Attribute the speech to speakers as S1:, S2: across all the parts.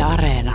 S1: Areena.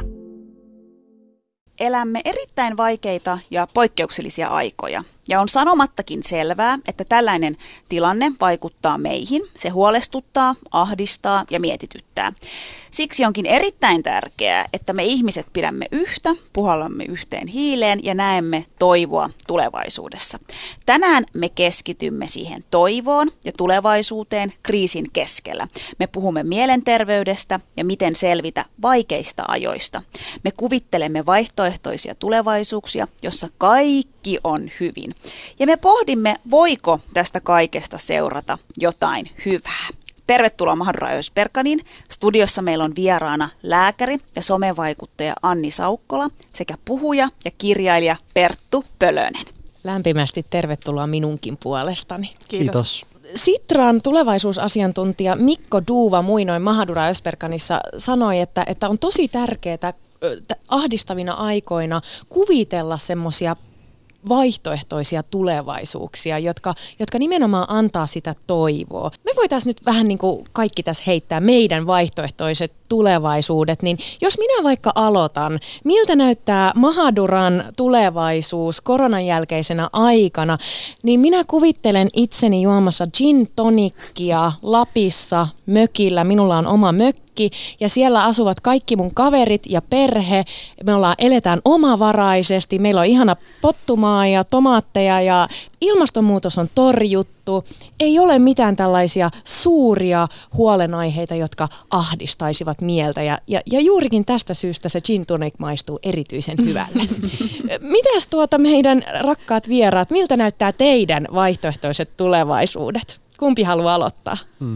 S2: Elämme erittäin vaikeita ja poikkeuksellisia aikoja. Ja on sanomattakin selvää, että tällainen tilanne vaikuttaa meihin. Se huolestuttaa, ahdistaa ja mietityttää. Siksi onkin erittäin tärkeää, että me ihmiset pidämme yhtä, puhallamme yhteen hiileen ja näemme toivoa tulevaisuudessa. Tänään me keskitymme siihen toivoon ja tulevaisuuteen kriisin keskellä. Me puhumme mielenterveydestä ja miten selvitä vaikeista ajoista. Me kuvittelemme vaihtoehtoisia tulevaisuuksia, jossa kaikki on hyvin. Ja me pohdimme, voiko tästä kaikesta seurata jotain hyvää. Tervetuloa Mahadura Ösberganiin. Studiossa meillä on vieraana lääkäri ja somevaikuttaja Anni Saukkola sekä puhuja ja kirjailija Perttu Pölönen.
S3: Lämpimästi tervetuloa minunkin puolestani.
S4: Kiitos.
S3: Sitran tulevaisuusasiantuntija Mikko Duuva muinoin Mahadura Ösberganissa sanoi, että on tosi tärkeää ahdistavina aikoina kuvitella semmoisia vaihtoehtoisia tulevaisuuksia, jotka nimenomaan antaa sitä toivoa. Me voitaisiin nyt vähän niin kuin kaikki tässä heittää meidän vaihtoehtoiset tulevaisuudet, niin jos minä vaikka aloitan, miltä näyttää Mahaduran tulevaisuus koronan jälkeisenä aikana, niin minä kuvittelen itseni juomassa gin tonickia Lapissa mökillä. Minulla on oma mökki ja siellä asuvat kaikki mun kaverit ja perhe. Me eletään omavaraisesti, meillä on ihana pottumaa ja tomaatteja ja ilmastonmuutos on torjuttu. Ei ole mitään tällaisia suuria huolenaiheita, jotka ahdistaisivat mieltä ja juurikin tästä syystä se gin tonic maistuu erityisen hyvälle. Mitäs meidän rakkaat vieraat, miltä näyttää teidän vaihtoehtoiset tulevaisuudet? Kumpi haluaa aloittaa?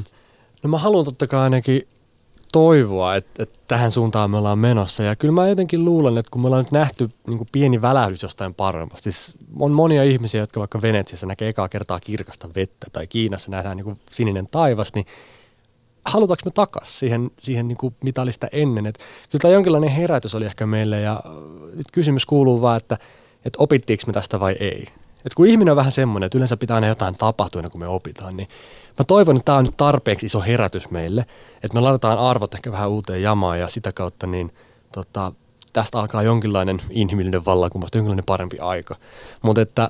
S4: No mä haluan totta kai ainakin toivoa, että tähän suuntaan me ollaan menossa. Ja kyllä mä jotenkin luulen, että kun me ollaan nyt nähty niin kuin pieni välähdys jostain paremmasta. Siis on monia ihmisiä, jotka vaikka Venetsiassa näkee ekaa kertaa kirkasta vettä tai Kiinassa nähdään niin kuin sininen taivas, niin halutaanko me takaisin siihen niin kuin mitä oli sitä ennen. Että kyllä tämä jonkinlainen herätys oli ehkä meille ja nyt kysymys kuuluu vaan, että opittiinko me tästä vai ei. Että kun ihminen on vähän semmoinen, että yleensä pitää aina jotain tapahtua ennen kuin me opitaan, niin mä toivon, että tämä on nyt tarpeeksi iso herätys meille, että me laitetaan arvot ehkä vähän uuteen jamaan ja sitä kautta niin tästä alkaa jonkinlainen inhimillinen vallankumous, jonkinlainen parempi aika. Mutta että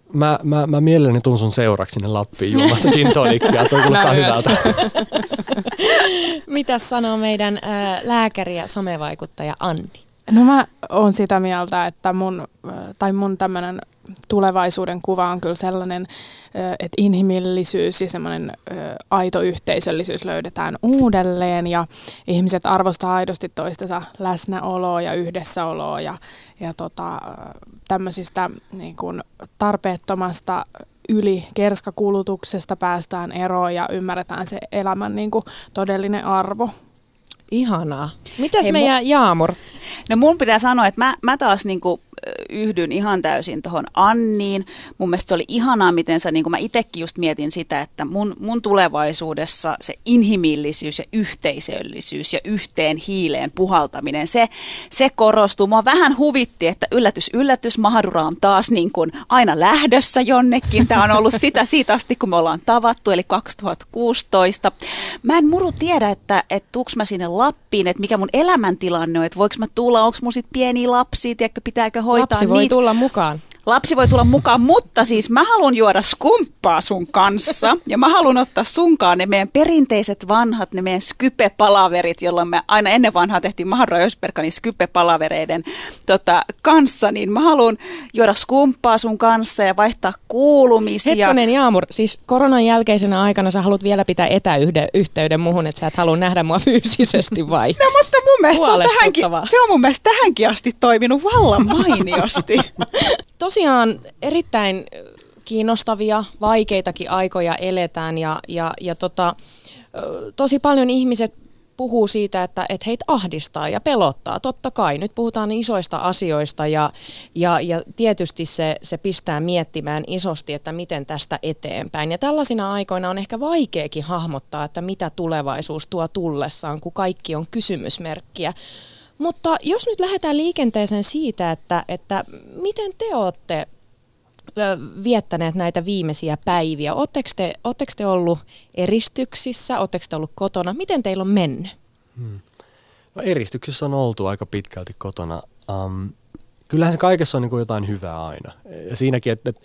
S4: mä mielelläni tuun sun seuraksi sinne Lappiin juomasta gin tonickia, toi kuulostaa hyvältä.
S3: Mitäs sanoo meidän lääkäri ja somevaikuttaja Anni?
S1: No mä oon sitä mieltä, että mun tämmöinen tulevaisuuden kuva on kyllä sellainen, että inhimillisyys ja semmoinen aito yhteisöllisyys löydetään uudelleen ja ihmiset arvostaa aidosti toistensa läsnäoloa ja yhdessäoloa ja tämmöisistä niin kuin tarpeettomasta kerskakulutuksesta päästään eroon ja ymmärretään se elämän niin kuin todellinen arvo.
S3: Ihanaa. Mitäs meidän Jaamur?
S2: No mun pitää sanoa, että mä taas niinku yhdyn ihan täysin tuohon Anniin. Mun mielestä se oli ihanaa, miten mä itsekin just mietin sitä, että mun tulevaisuudessa se inhimillisyys ja yhteisöllisyys ja yhteen hiileen puhaltaminen, se korostuu. Mua vähän huvitti, että yllätys, Mahadura on taas niin kuin aina lähdössä jonnekin. Tämä on ollut siitä asti, kun me ollaan tavattu, eli 2016. Mä en muru tiedä, että tuuks mä sinne Lappiin, että mikä mun elämäntilanne on, että voiko mä tulla, onko mun sit pieniä lapsia, tiedätkö, pitääkö hoitaa
S3: Lapsi voi tulla mukaan.
S2: Lapsi voi tulla mukaan, mutta siis mä haluan juoda skumppaa sun kanssa ja mä haluan ottaa sunkaan ne meidän perinteiset vanhat, ne meidän Skype-palaverit, jolloin me aina ennen vanhaa tehtiin Mahadura Ösberganin Skype-palavereiden kanssa, niin mä haluan juoda skumppaa sun kanssa ja vaihtaa kuulumisia.
S3: Hetkonen Jaamur, siis koronan jälkeisenä aikana sä haluat vielä pitää etäyhteyden muhun, että sä et halua nähdä mua fyysisesti vai?
S2: No mutta mun mielestä se on mun mielestä tähänkin asti toiminut vallan mainiosti.
S3: Tosiaan erittäin kiinnostavia, vaikeitakin aikoja eletään ja tosi paljon ihmiset puhuu siitä, että heitä ahdistaa ja pelottaa. Totta kai, nyt puhutaan isoista asioista ja tietysti se pistää miettimään isosti, että miten tästä eteenpäin. Ja tällaisina aikoina on ehkä vaikeakin hahmottaa, että mitä tulevaisuus tuo tullessaan, kun kaikki on kysymysmerkkiä. Mutta jos nyt lähdetään liikenteeseen siitä, että miten te olette viettäneet näitä viimeisiä päiviä? Oletteko te ollut eristyksissä? Oletteko te ollut kotona? Miten teillä on mennyt?
S4: No eristyksessä on oltu aika pitkälti kotona. Kyllähän se kaikessa on niin kuin jotain hyvää aina. Ja siinäkin, että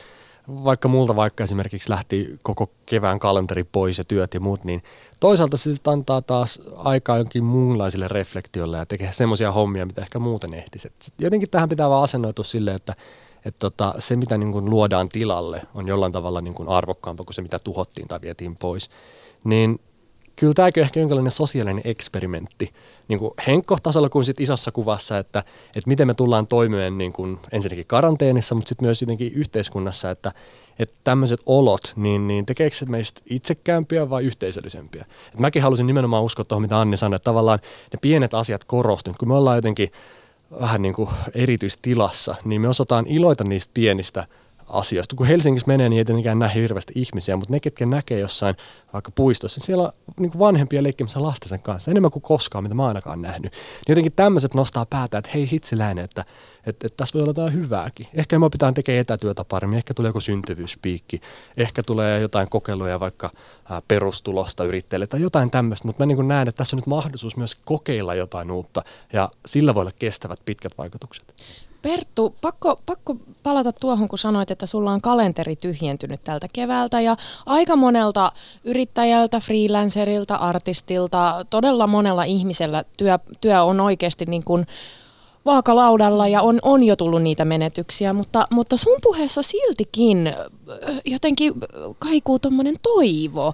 S4: vaikka esimerkiksi lähti koko kevään kalenteri pois ja työt ja muut, niin toisaalta se antaa taas aikaa jonkin muunlaisille reflektiolle ja tekee semmoisia hommia, mitä ehkä muuten ehtisi. Jotenkin tähän pitää vaan asennoitua silleen, että se, mitä niin kuin luodaan tilalle, on jollain tavalla niin kuin arvokkaampaa kuin se, mitä tuhottiin tai vietiin pois. Niin kyllä tämäkin on ehkä jonkinlainen sosiaalinen eksperimentti, niin kuin henkkohtasolla kuin sit isossa kuvassa, että miten me tullaan toimeen niin kuin ensinnäkin karanteenissa, mutta sitten myös jotenkin yhteiskunnassa, että tämmöiset olot, niin tekeekö se meistä itsekkäämpiä vai yhteisöllisempiä? Et mäkin halusin nimenomaan uskoa tuohon, mitä Anni sanoi, että tavallaan ne pienet asiat korostuvat. Kun me ollaan jotenkin vähän niin kuin erityistilassa, niin me osataan iloita niistä pienistä asioista. Kun Helsingissä menee, niin ei tietenkään näe hirveästi ihmisiä, mutta ne, ketkä näkee jossain vaikka puistossa, siellä on niin kuin vanhempia leikkimässä lastensa kanssa, enemmän kuin koskaan, mitä mä ainakaan nähnyt. Niin jotenkin tämmöiset nostaa päätä, että hei hitsiläinen, että tässä voi olla jotain hyvääkin. Ehkä me pitää tekemään etätyötä paremmin, ehkä tulee joku syntyvyyspiikki, ehkä tulee jotain kokeiluja vaikka perustulosta yrittäjille tai jotain tämmöistä, mutta mä niin kuin näen, että tässä on nyt mahdollisuus myös kokeilla jotain uutta ja sillä voi olla kestävät pitkät vaikutukset.
S3: Perttu, pakko palata tuohon, kun sanoit, että sulla on kalenteri tyhjentynyt tältä keväältä ja aika monelta yrittäjältä, freelancerilta, artistilta, todella monella ihmisellä työ on oikeasti niin kuin vaakalaudalla ja on jo tullut niitä menetyksiä, mutta sun puheessa siltikin jotenkin kaikuu tommonen toivo.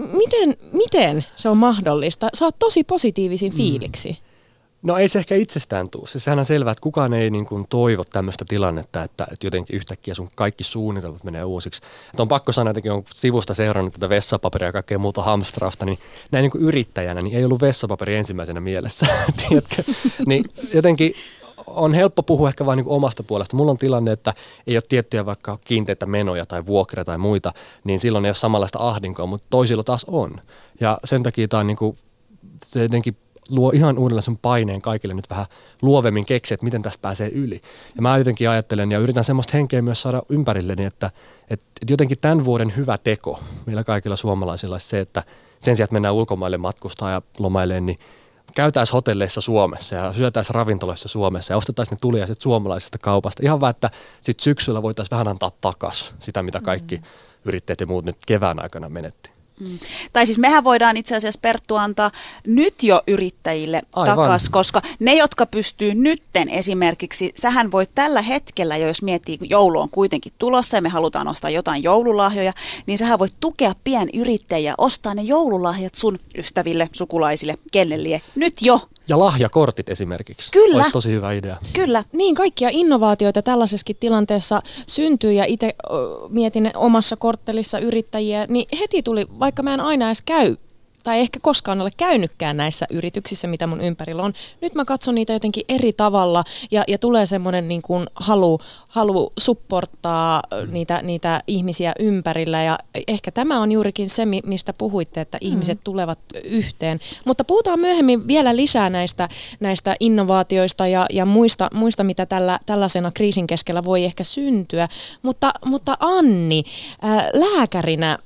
S3: Miten se on mahdollista? Sä oot tosi positiivisin fiiliksi.
S4: No ei se ehkä itsestään tule. Sehän on selvää, että kukaan ei niin kuin toivo tämmöistä tilannetta, että jotenkin yhtäkkiä sun kaikki suunnitelmat menee uusiksi. Että on pakko sanoa, että on sivusta seurannut tätä vessapaperia ja kaikkea muuta hamstrausta, niin näin niin kuin yrittäjänä niin ei ollut vessapaperi ensimmäisenä mielessä. Tiedätkö? Niin jotenkin on helppo puhua ehkä vain niin kuin omasta puolesta. Mulla on tilanne, että ei ole tiettyjä vaikka kiinteitä menoja tai vuokria tai muita, niin silloin ei ole samanlaista ahdinkoa, mutta toisilla taas on. Ja sen takia tämä on niin kuin, se jotenkin luo ihan uudenlaisen paineen kaikille nyt vähän luovemmin keksiä, että miten tästä pääsee yli. Ja mä jotenkin ajattelen ja yritän semmoista henkeä myös saada ympärilleni, että jotenkin tämän vuoden hyvä teko meillä kaikilla suomalaisilla se, että sen sijaan, että mennään ulkomaille matkustaa ja lomailemaan, niin käytäisiin hotelleissa Suomessa ja syötäisiin ravintoloissa Suomessa ja ostettaisiin ne tuliaiset suomalaisesta kaupasta. Ihan vaan, että sitten syksyllä voitaisiin vähän antaa takaisin sitä, mitä kaikki yrittäjät ja muut nyt kevään aikana menetti.
S2: Tai siis mehän voidaan itse asiassa, Perttu, antaa nyt jo yrittäjille takaisin, koska ne, jotka pystyy nytten esimerkiksi, sähän voit tällä hetkellä, jos miettii, kun joulu on kuitenkin tulossa ja me halutaan ostaa jotain joululahjoja, niin sähän voit tukea pienyrittäjiä, ostaa ne joululahjat sun ystäville, sukulaisille, kenelle nyt jo.
S4: Ja lahjakortit esimerkiksi.
S2: Kyllä.
S4: Olisi tosi hyvä idea.
S2: Kyllä.
S3: Niin, kaikkia innovaatioita tällaisessakin tilanteessa syntyy ja itse mietin omassa korttelissa yrittäjiä, niin heti tuli, vaikka mä en aina edes käy tai ehkä koskaan ole käynytkään näissä yrityksissä, mitä mun ympärillä on. Nyt mä katson niitä jotenkin eri tavalla ja tulee semmoinen niin kuin halu supporttaa niitä ihmisiä ympärillä ja ehkä tämä on juurikin se, mistä puhuitte, että ihmiset tulevat yhteen. Mutta puhutaan myöhemmin vielä lisää näistä innovaatioista ja muista mitä tällaisena kriisin keskellä voi ehkä syntyä. Mutta Anni, lääkärinä,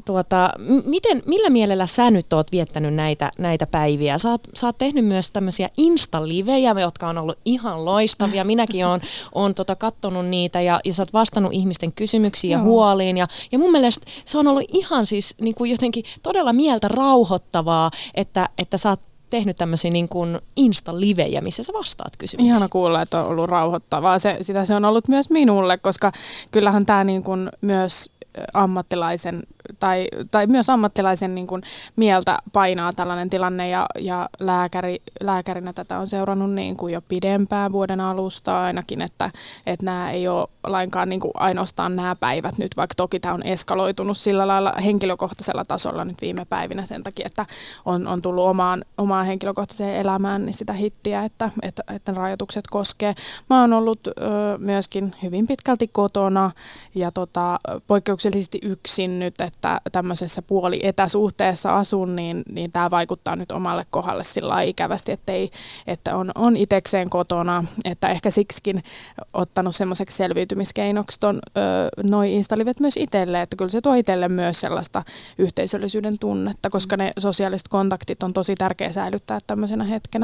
S3: millä mielellä sä nyt oot viettänyt näitä päiviä? Sä oot tehnyt myös tämmöisiä Insta-livejä, jotka on ollut ihan loistavia. Minäkin oon katsonut niitä ja sä oot vastannut ihmisten kysymyksiin ja huoliin. Ja mun mielestä se on ollut ihan siis niin kuin jotenkin todella mieltä rauhoittavaa, että sä oot tehnyt tämmöisiä niin kuin Insta-livejä, missä sä vastaat kysymyksiin.
S1: Ihana kuulla, että on ollut rauhoittavaa. Sitä se on ollut myös minulle, koska kyllähän tämä niin kuin myös ammattilaisen tai myös ammattilaisen niin kuin mieltä painaa tällainen tilanne ja lääkärinä tätä on seurannut niin kuin jo pidempään vuoden alusta ainakin, että nämä ei ole lainkaan niin kuin ainoastaan nämä päivät nyt, vaikka toki tämä on eskaloitunut sillä lailla henkilökohtaisella tasolla nyt viime päivinä sen takia, että on tullut omaan henkilökohtaiseen elämään niin sitä hittiä, että rajoitukset koskee. Mä oon ollut myöskin hyvin pitkälti kotona ja poikkeuksellisesti yksin nyt, että tämmöisessä puolietäsuhteessa asun, niin tämä vaikuttaa nyt omalle kohdalle sillä lailla ikävästi, että on itekseen kotona, että ehkä siksikin ottanut semmoiseksi selviytymiskeinoksi noi Insta-livet myös itselle, että kyllä se tuo itselle myös sellaista yhteisöllisyyden tunnetta, koska ne sosiaaliset kontaktit on tosi tärkeä säilyttää tämmöisenä hetkenä.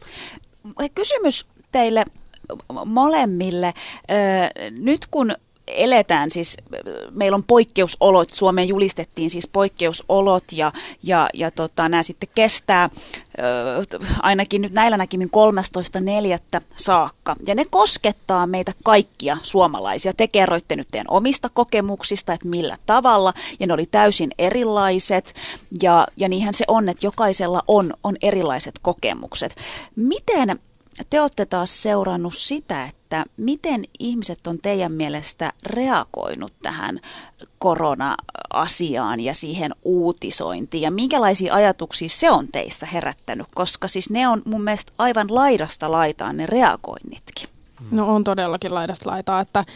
S2: Kysymys teille molemmille. Nyt kun eletään, siis meillä on poikkeusolot, Suomeen julistettiin siis poikkeusolot ja nämä sitten kestää ainakin nyt näillä näkymin 13.4. saakka. Ja ne koskettaa meitä kaikkia suomalaisia. Te kerroitte nyt teidän omista kokemuksista, että millä tavalla, ja ne oli täysin erilaiset, ja niinhän se on, että jokaisella on erilaiset kokemukset. Miten te olette taas seurannut sitä, että miten ihmiset on teidän mielestä reagoinut tähän korona-asiaan ja siihen uutisointiin, ja minkälaisia ajatuksia se on teissä herättänyt, koska siis ne on mun mielestä aivan laidasta laitaan ne reagoinnitkin.
S1: No on todellakin laidasta laitaa, että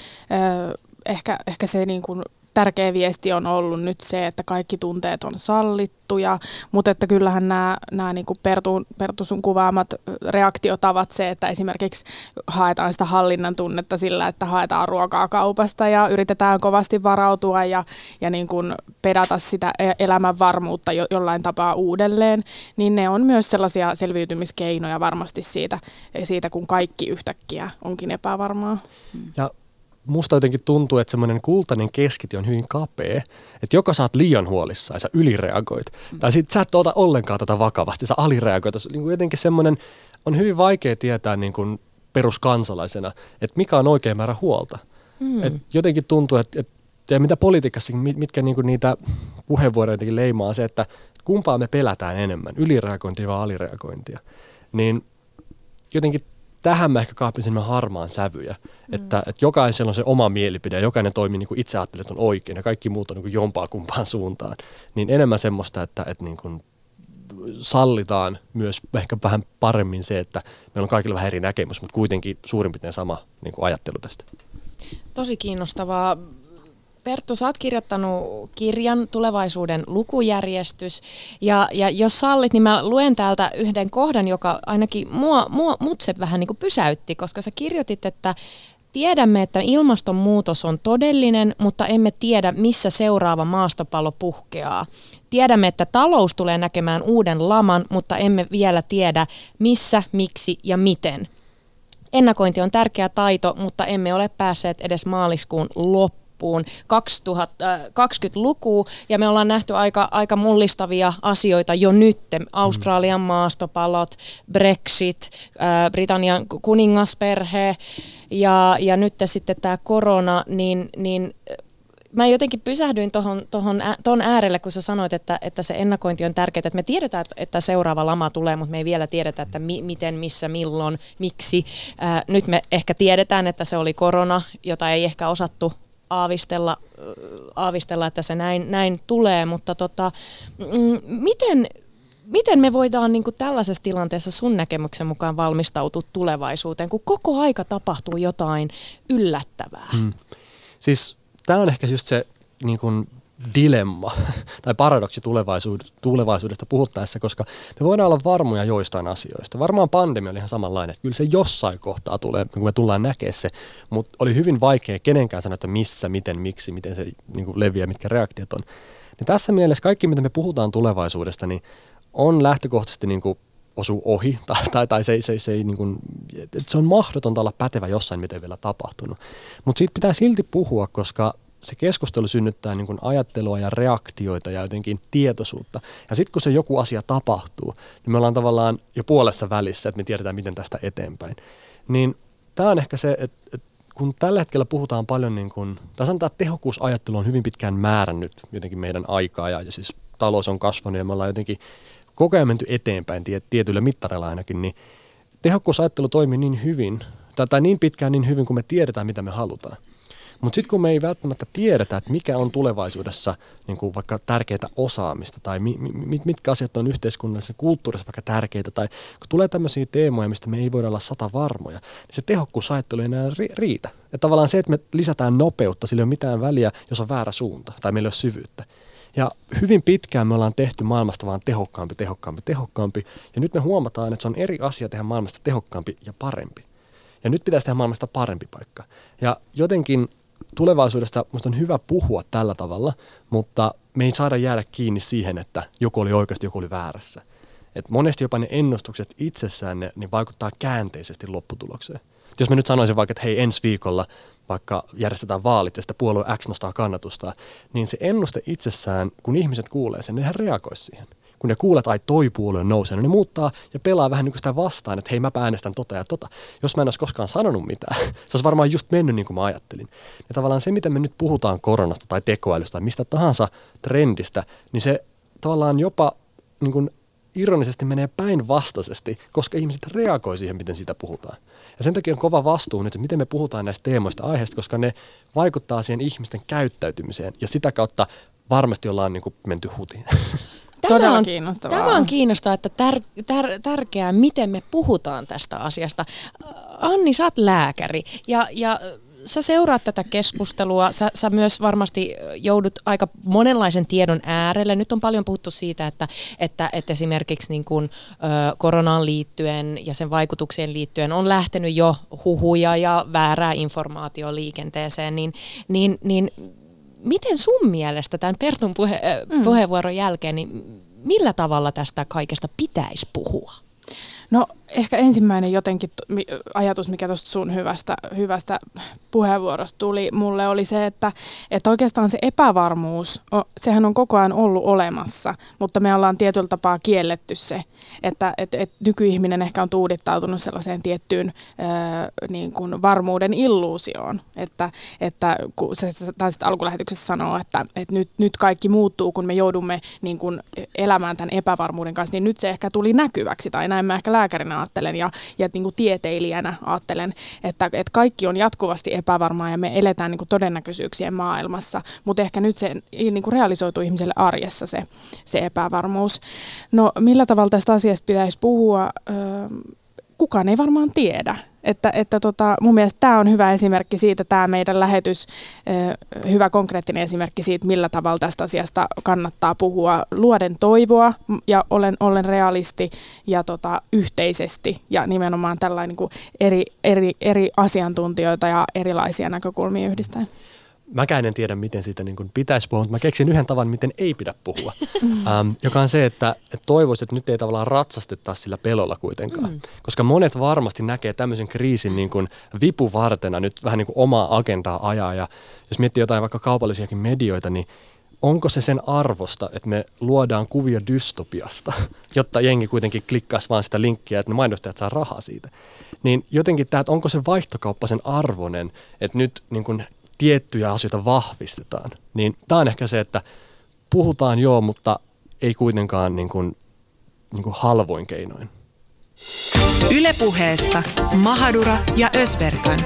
S1: ehkä se niin kuin tärkeä viesti on ollut nyt se, että kaikki tunteet on sallittuja, mutta että kyllähän nämä niin kuin Perttu sun kuvaamat reaktiotavat se, että esimerkiksi haetaan sitä hallinnan tunnetta sillä, että haetaan ruokaa kaupasta ja yritetään kovasti varautua ja niin kuin pedata sitä elämän varmuutta jollain tapaa uudelleen, niin ne on myös sellaisia selviytymiskeinoja varmasti siitä kun kaikki yhtäkkiä onkin epävarmaa.
S4: Ja musta jotenkin tuntuu, että semmoinen kultainen keskitie on hyvin kapea, että joko sä oot liian huolissaan ja sä ylireagoit, tai sit sä et ota ollenkaan tätä vakavasti, sä alireagoit. Niin kuin jotenkin semmoinen on hyvin vaikea tietää niin kuin peruskansalaisena, että mikä on oikea määrä huolta. Et jotenkin tuntuu, että ja mitä politiikassakin, mitkä niin kuin niitä puheenvuoroja jotenkin leimaa se, että kumpaa me pelätään enemmän, ylireagointia vai alireagointia, niin jotenkin tähän mä ehkä kaapin sen harmaan sävyjä, että jokaisella on se oma mielipide ja jokainen toimii niin kuin itse ajattelee, että on oikein ja kaikki muut on niin kuin jompaa kumpaan suuntaan. Niin enemmän semmoista, että niin kuin sallitaan myös ehkä vähän paremmin se, että meillä on kaikilla vähän eri näkemys, mutta kuitenkin suurin piirtein sama niin kuin ajattelu tästä.
S3: Tosi kiinnostavaa. Perttu, sä oot kirjoittanut kirjan Tulevaisuuden lukujärjestys, ja jos sallit, niin mä luen täältä yhden kohdan, joka ainakin mut se vähän niin kuin pysäytti, koska sä kirjoitit, että tiedämme, että ilmastonmuutos on todellinen, mutta emme tiedä, missä seuraava maastopallo puhkeaa. Tiedämme, että talous tulee näkemään uuden laman, mutta emme vielä tiedä, missä, miksi ja miten. Ennakointi on tärkeä taito, mutta emme ole päässeet edes maaliskuun loppuun 2020-lukua, ja me ollaan nähty aika mullistavia asioita jo nyt. Australian maastopalot, Brexit, Britannian kuningasperhe ja nyt sitten tämä korona, niin mä jotenkin pysähdyin tuohon äärelle, kun sä sanoit, että se ennakointi on tärkeää, että me tiedetään, että seuraava lama tulee, mutta me ei vielä tiedetä, että miten, missä, milloin, miksi. Nyt me ehkä tiedetään, että se oli korona, jota ei ehkä osattu aavistella, että se näin tulee, mutta miten me voidaan niin kuin tällaisessa tilanteessa sun näkemyksen mukaan valmistautua tulevaisuuteen, kun koko aika tapahtuu jotain yllättävää?
S4: Siis tämä on ehkä just se niin kuin dilemma tai paradoksi tulevaisuudesta puhuttaessa, koska me voidaan olla varmoja joistain asioista. Varmaan pandemia oli ihan samanlainen, että kyllä se jossain kohtaa tulee, kun me tullaan näkemään se, mutta oli hyvin vaikea kenenkään sanoa, että missä, miten, miksi, miten se niin kuin leviää, mitkä reaktiot on. Niin tässä mielessä kaikki, mitä me puhutaan tulevaisuudesta, niin on lähtökohtaisesti niin kuin osuu ohi, tai se ei niin kuin, se on mahdotonta olla pätevä jossain, miten vielä tapahtunut. Mutta siitä pitää silti puhua, koska se keskustelu synnyttää niin kuin ajattelua ja reaktioita ja jotenkin tietoisuutta. Ja sitten kun se joku asia tapahtuu, niin me ollaan tavallaan jo puolessa välissä, että me tiedetään, miten tästä eteenpäin. Niin tämä on ehkä se, että kun tällä hetkellä puhutaan paljon, niin kuin, tai sanotaan, että tehokkuusajattelu on hyvin pitkään määrännyt jotenkin meidän aikaa, ja siis talous on kasvanut, ja me ollaan jotenkin koko ajan menty eteenpäin tietyillä mittareilla ainakin, niin tehokkuusajattelu toimii niin hyvin, tai niin pitkään niin hyvin, kun me tiedetään, mitä me halutaan. Mutta sitten kun me ei välttämättä tiedetä, että mikä on tulevaisuudessa niin kuin vaikka tärkeää osaamista tai mitkä asiat on yhteiskunnallisessa kulttuurissa vaikka tärkeitä, tai kun tulee tämmöisiä teemoja, mistä me ei voida olla 100 varmoja, niin se tehokkuusajattelu ei enää riitä. Että tavallaan se, että me lisätään nopeutta, sillä ei ole mitään väliä, jos on väärä suunta tai meillä ei ole syvyyttä. Ja hyvin pitkään me ollaan tehty maailmasta vaan tehokkaampi. Ja nyt me huomataan, että se on eri asia tehdä maailmasta tehokkaampi ja parempi. Ja nyt pitäisi tehdä maailmasta parempi paikka. Ja jotenkin tulevaisuudesta musta on hyvä puhua tällä tavalla, mutta me ei saada jäädä kiinni siihen, että joku oli oikeasti, joku oli väärässä. Et monesti jopa ne ennustukset itsessään ne vaikuttaa käänteisesti lopputulokseen. Et jos mä nyt sanoisin vaikka, että hei, ensi viikolla vaikka järjestetään vaalit ja sitä puolue X nostaa kannatusta, niin se ennuste itsessään, kun ihmiset kuulee sen, nehän reagoisi siihen. Kun ne kuulee, että ai toi puolue nousee, niin ne muuttaa ja pelaa vähän niin kuin sitä vastaan, että hei, mä äänestän tota ja tota. Jos mä en olisi koskaan sanonut mitään, se olisi varmaan just mennyt niin kuin mä ajattelin. Ja tavallaan se, miten me nyt puhutaan koronasta tai tekoälystä tai mistä tahansa trendistä, niin se tavallaan jopa niin kuin ironisesti menee päinvastaisesti, koska ihmiset reagoi siihen, miten siitä puhutaan. Ja sen takia on kova vastuu nyt, että miten me puhutaan näistä teemoista aiheista, koska ne vaikuttaa siihen ihmisten käyttäytymiseen ja sitä kautta varmasti ollaan niin kuin menty hutiin.
S1: Todella kiinnostavaa.
S3: Tämä on kiinnostavaa, että tärkeää, miten me puhutaan tästä asiasta. Anni, sä oot lääkäri ja sä seuraat tätä keskustelua. Sä myös varmasti joudut aika monenlaisen tiedon äärelle. Nyt on paljon puhuttu siitä, että esimerkiksi niin kuin, koronaan liittyen ja sen vaikutuksien liittyen on lähtenyt jo huhuja ja väärää informaatiota liikenteeseen. Niin miten sun mielestä tämän Pertun puheenvuoron jälkeen, niin millä tavalla tästä kaikesta pitäisi puhua?
S1: No ehkä ensimmäinen jotenkin ajatus, mikä tuosta sun hyvästä puheenvuorosta tuli mulle, oli se, että oikeastaan se epävarmuus, sehän on koko ajan ollut olemassa, mutta me ollaan tietyllä tapaa kielletty se, että nykyihminen ehkä on tuudittautunut sellaiseen tiettyyn niin kuin varmuuden illuusioon, että kun se taisit alkulähetyksessä sanoa, että nyt kaikki muuttuu, kun me joudumme niin kuin elämään tämän epävarmuuden kanssa, niin nyt se ehkä tuli näkyväksi, tai näin mä ehkä lääkärinä ajattelen ja niin kuin tieteilijänä ajattelen, että kaikki on jatkuvasti epävarmaa ja me eletään niin kuin todennäköisyyksien maailmassa, mutta ehkä nyt se niin kuin realisoituu ihmiselle arjessa se epävarmuus. No millä tavalla tästä asiasta pitäisi puhua? Kukaan ei varmaan tiedä. Mun mielestä tämä on hyvä esimerkki siitä, tämä meidän lähetys, hyvä konkreettinen esimerkki siitä, millä tavalla tästä asiasta kannattaa puhua luoden toivoa ja ollen realisti ja yhteisesti ja nimenomaan tällainen niin kuin eri asiantuntijoita ja erilaisia näkökulmia yhdistäen.
S4: Mäkään en tiedä, miten siitä niin kuin pitäisi puhua, mutta mä keksin yhden tavan, miten ei pidä puhua, joka on se, että toivoisin, että nyt ei tavallaan ratsastettaisi sillä pelolla kuitenkaan, koska monet varmasti näkee tämmöisen kriisin niin kuin vipuvartena nyt vähän niin kuin omaa agendaa ajaa, ja jos miettii jotain vaikka kaupallisiakin medioita, niin onko se sen arvosta, että me luodaan kuvia dystopiasta, jotta jengi kuitenkin klikkaisi vaan sitä linkkiä, että ne mainostajat saa rahaa siitä, niin jotenkin tämä, että onko se vaihtokauppa sen arvoinen, että nyt niin kuin tiettyjä asioita vahvistetaan, niin tämä on ehkä se, että puhutaan joo, mutta ei kuitenkaan niin kuin halvoin keinoin.
S5: Yle Puheessa Mahadura ja Özberkan.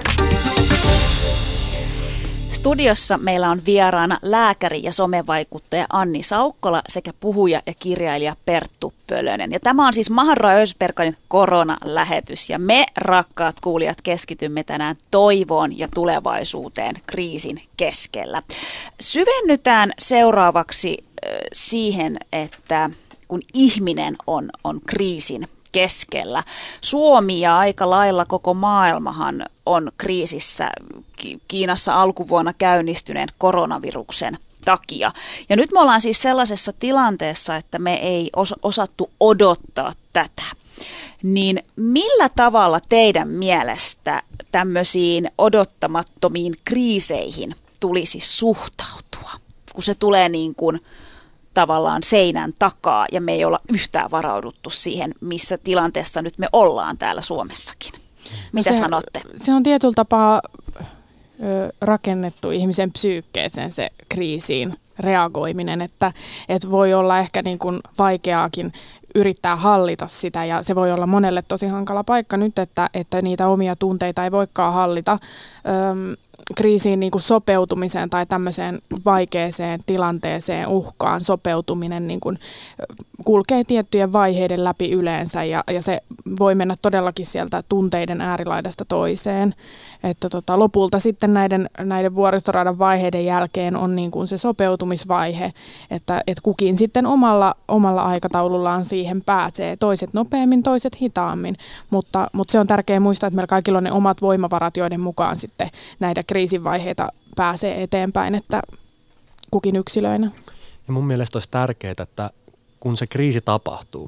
S2: Studiossa meillä on vieraana lääkäri ja somevaikuttaja Anni Saukkola sekä puhuja ja kirjailija Perttu Pölönen. Ja tämä on siis Mahadura ja Özberkanin koronalähetys ja me, rakkaat kuulijat, keskitymme tänään toivoon ja tulevaisuuteen kriisin keskellä. Syvennytään seuraavaksi siihen, että kun ihminen on kriisin keskellä. Suomi ja aika lailla koko maailmahan on kriisissä Kiinassa alkuvuonna käynnistyneen koronaviruksen takia. Ja nyt me ollaan siis sellaisessa tilanteessa, että me ei osattu odottaa tätä. Niin millä tavalla teidän mielestä tämmöisiin odottamattomiin kriiseihin tulisi suhtautua, kun se tulee niin kuin tavallaan seinän takaa ja me ei olla yhtään varauduttu siihen, missä tilanteessa nyt me ollaan täällä Suomessakin. Mitä sanotte?
S1: Se on tietyllä tapaa rakennettu ihmisen psyykkeeseen se kriisiin reagoiminen, että voi olla ehkä niin kuin vaikeaakin yrittää hallita sitä ja se voi olla monelle tosi hankala paikka nyt, että niitä omia tunteita ei voikaan hallita. Kriisiin niin kuin sopeutumiseen tai tämmöiseen vaikeaseen tilanteeseen, uhkaan sopeutuminen niin kuin kulkee tiettyjen vaiheiden läpi yleensä ja se voi mennä todellakin sieltä tunteiden äärilaidasta toiseen. Että lopulta sitten näiden vuoristoradan vaiheiden jälkeen on niin kuin se sopeutumisvaihe, että kukin sitten omalla aikataulullaan siihen pääsee. Toiset nopeammin, toiset hitaammin, mutta se on tärkeää muistaa, että meillä kaikilla on ne omat voimavarat, joiden mukaan sitten näitä kriisivaiheita pääsee eteenpäin, että kukin yksilöinä.
S4: Ja mun mielestä olisi tärkeää, että kun se kriisi tapahtuu,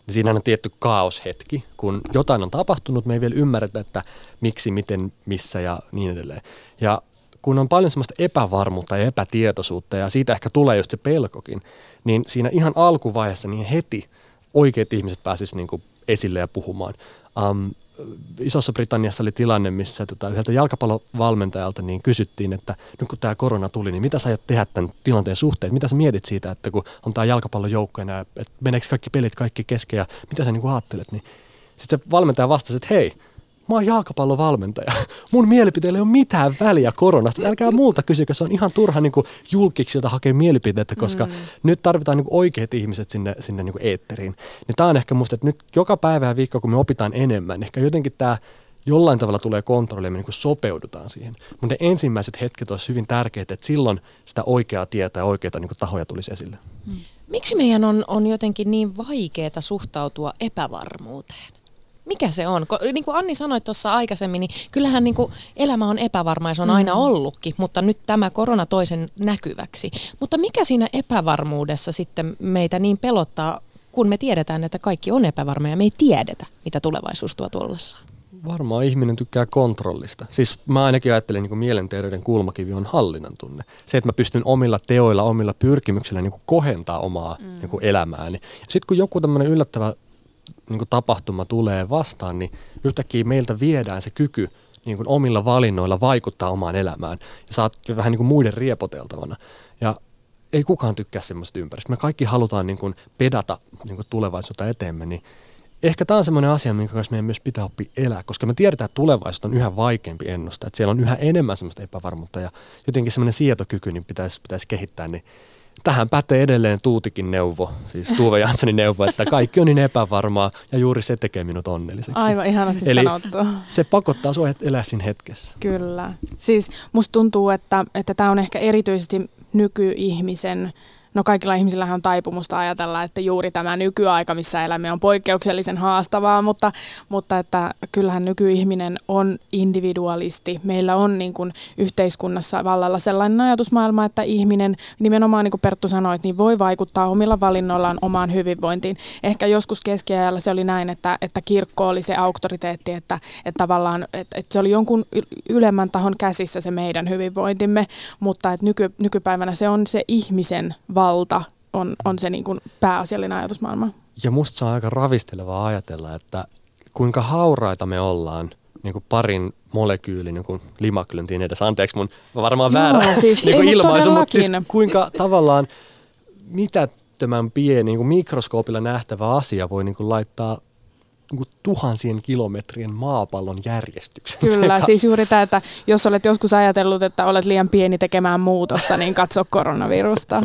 S4: niin siinä on tietty kaoshetki, kun jotain on tapahtunut, me ei vielä ymmärretä, että miksi, miten, missä ja niin edelleen. Ja kun on paljon semmoista epävarmuutta ja epätietoisuutta ja siitä ehkä tulee just se pelkokin, niin siinä ihan alkuvaiheessa niin heti oikeat ihmiset pääsisivät niin kuin esille ja puhumaan. Isossa Britanniassa oli tilanne, missä yhdeltä jalkapallovalmentajalta niin kysyttiin, että nyt kun tämä korona tuli, niin mitä sä aiot tehdä tämän tilanteen suhteen? Mitä sä mietit siitä, että kun on tämä jalkapallojoukko ja että meneekö kaikki pelit kaikki kesken ja mitä sä niin kuin ajattelet? Niin sitten se valmentaja vastasi, että hei, mä oon jalkapallovalmentaja. Mun mielipiteillä ei ole mitään väliä koronasta. Älkää multa kysykö, se on ihan turha niin kuin julkiksilta hakea mielipiteitä, koska nyt tarvitaan niin kuin oikeat ihmiset sinne niin kuin eetteriin. Niin tää on ehkä musta, että nyt joka päivä ja viikko, kun me opitaan enemmän, ehkä jotenkin tämä jollain tavalla tulee kontrolliin ja me niin kuin sopeudutaan siihen. Mutta ne ensimmäiset hetket olisi hyvin tärkeitä, että silloin sitä oikeaa tietoa ja oikeita niin kuin tahoja tulisi esille.
S3: Miksi meidän on jotenkin niin vaikeaa suhtautua epävarmuuteen? Mikä se on? Niin kuin Anni sanoi tuossa aikaisemmin, niin kyllähän niin kuin elämä on epävarma ja se on aina ollutkin, mutta nyt tämä korona toi sen näkyväksi. Mutta mikä siinä epävarmuudessa sitten meitä niin pelottaa, kun me tiedetään, että kaikki on epävarma ja me ei tiedetä, mitä tulevaisuus tuo tuollassaan?
S4: Varmaan ihminen tykkää kontrollista. Siis mä ainakin ajattelen, niin kuin mielenterveyden kulmakivi on hallinnan tunne. Se, että mä pystyn omilla teoilla, omilla pyrkimyksillä niin kuin kohentaa omaa niin kuin elämääni. Sitten kun joku tämmöinen yllättävä niin kuin tapahtuma tulee vastaan, niin yhtäkkiä meiltä viedään se kyky niin kuin omilla valinnoilla vaikuttaa omaan elämään. Ja sä oot vähän niin kuin muiden riepoteltavana. Ja ei kukaan tykkää semmoista ympäristöä. Me kaikki halutaan niin kuin pedata niin kuin tulevaisuutta eteenpäin. Niin ehkä tämä on semmoinen asia, minkä kanssa meidän myös pitää oppia elää, koska me tiedetään, että tulevaisuus on yhä vaikeampi ennustaa. Että siellä on yhä enemmän semmoista epävarmuutta ja jotenkin semmoinen sietokyky niin pitäisi kehittää. Niin tähän pätee edelleen Tuutikin neuvo, siis Tuve Janssonin neuvo, että kaikki on niin epävarmaa ja juuri se tekee minut onnelliseksi.
S1: Aivan ihanasti
S4: eli
S1: sanottu.
S4: Se pakottaa sinua elää siinä hetkessä.
S1: Kyllä. Siis musta tuntuu, että tämä on ehkä erityisesti nykyihmisen, no kaikilla ihmisillähän on taipumusta ajatella, että juuri tämä nykyaika, missä elämme, on poikkeuksellisen haastavaa, mutta että kyllähän nykyihminen on individualisti. Meillä on niin kuin yhteiskunnassa vallalla sellainen ajatusmaailma, että ihminen, nimenomaan niin kuin Perttu sanoit, niin voi vaikuttaa omilla valinnoillaan omaan hyvinvointiin. Ehkä joskus keskiajalla se oli näin, että kirkko oli se auktoriteetti, että tavallaan että se oli jonkun ylemmän tahon käsissä se meidän hyvinvointimme, mutta että nykypäivänä se on se ihmisen valta on se niin kuin pääasiallinen ajatusmaailma.
S4: Ja musta se on aika ravistelevaa ajatella, että kuinka hauraita me ollaan niin kuin parin molekyylin niin kuin limaklyntiin edessä. Anteeksi mun varmaan väärä
S1: siis,
S4: niin kuin ilmaisu, mutta siis
S1: todellakin.
S4: kuinka tavallaan mitättömän pieni niin kuin mikroskoopilla nähtävä asia voi niin kuin laittaa niin kuin tuhansien kilometrien maapallon järjestykseen.
S1: Kyllä, siis juuri tämä, että jos olet joskus ajatellut, että olet liian pieni tekemään muutosta, niin katso koronavirusta.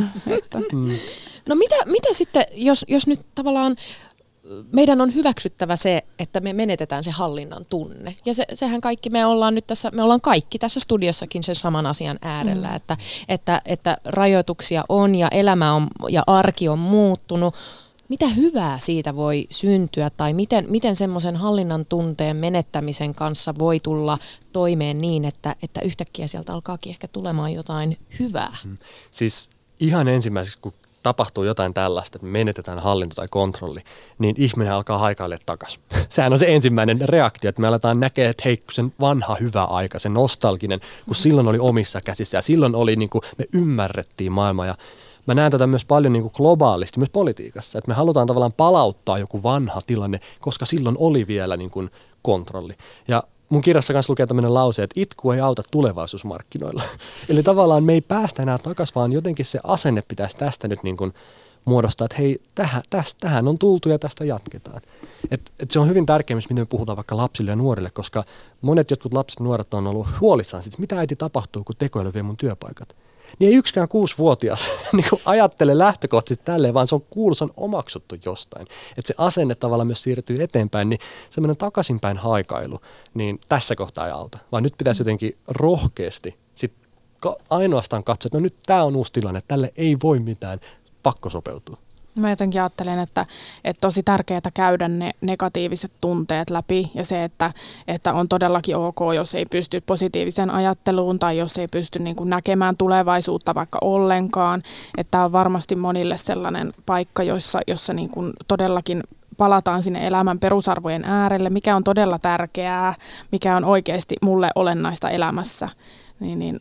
S3: No mitä sitten, jos nyt tavallaan meidän on hyväksyttävä se, että me menetetään se hallinnan tunne. Ja sehän kaikki me ollaan kaikki tässä studiossakin sen saman asian äärellä, että rajoituksia on ja elämä on ja arki on muuttunut. Mitä hyvää siitä voi syntyä tai miten semmoisen hallinnan tunteen menettämisen kanssa voi tulla toimeen niin, että yhtäkkiä sieltä alkaakin ehkä tulemaan jotain hyvää?
S4: Siis ihan ensimmäiseksi, kun tapahtuu jotain tällaista, että me menetetään hallinto tai kontrolli, niin ihminen alkaa haikailemaan takaisin. Sehän on se ensimmäinen reaktio, että me aletaan näkeä, että hei, sen vanha hyvä aika, se nostalginen, kun silloin oli omissa käsissä ja silloin oli niin kuin me ymmärrettiin maailmaa ja mä näen tätä myös paljon niin kuin globaalisti, myös politiikassa, että me halutaan tavallaan palauttaa joku vanha tilanne, koska silloin oli vielä niin kuin kontrolli. Ja mun kirjassa kanssa lukee tämmöinen lause, että itku ei auta tulevaisuusmarkkinoilla. Eli tavallaan me ei päästä enää takaisin, vaan jotenkin se asenne pitäisi tästä nyt niin kuin muodostaa, että hei, tähän on tultu ja tästä jatketaan. Et se on hyvin tärkeää, miten me puhutaan vaikka lapsille ja nuorille, koska monet jotkut lapset ja nuoret on ollut huolissaan siitä, mitä äiti tapahtuu, kun tekoäly vie mun työpaikat. Niin ei yksikään 6-vuotias niin ajattele lähtökohtaisesti tälleen, vaan se on omaksuttu jostain. Että se asenne tavallaan myös siirtyy eteenpäin, niin semmoinen takaisinpäin haikailu, niin tässä kohtaa ei auta. Vaan nyt pitäisi jotenkin rohkeasti sit ainoastaan katsoa, että no nyt tämä on uusi tilanne, tälle ei voi mitään, pakko sopeutua.
S1: Mä jotenkin ajattelen, että tosi tärkeää käydä ne negatiiviset tunteet läpi ja se, että on todellakin ok, jos ei pysty positiiviseen ajatteluun tai jos ei pysty niin kuin näkemään tulevaisuutta vaikka ollenkaan. Että tämä on varmasti monille sellainen paikka, jossa niin kuin todellakin palataan sinne elämän perusarvojen äärelle, mikä on todella tärkeää, mikä on oikeasti mulle olennaista elämässä, niin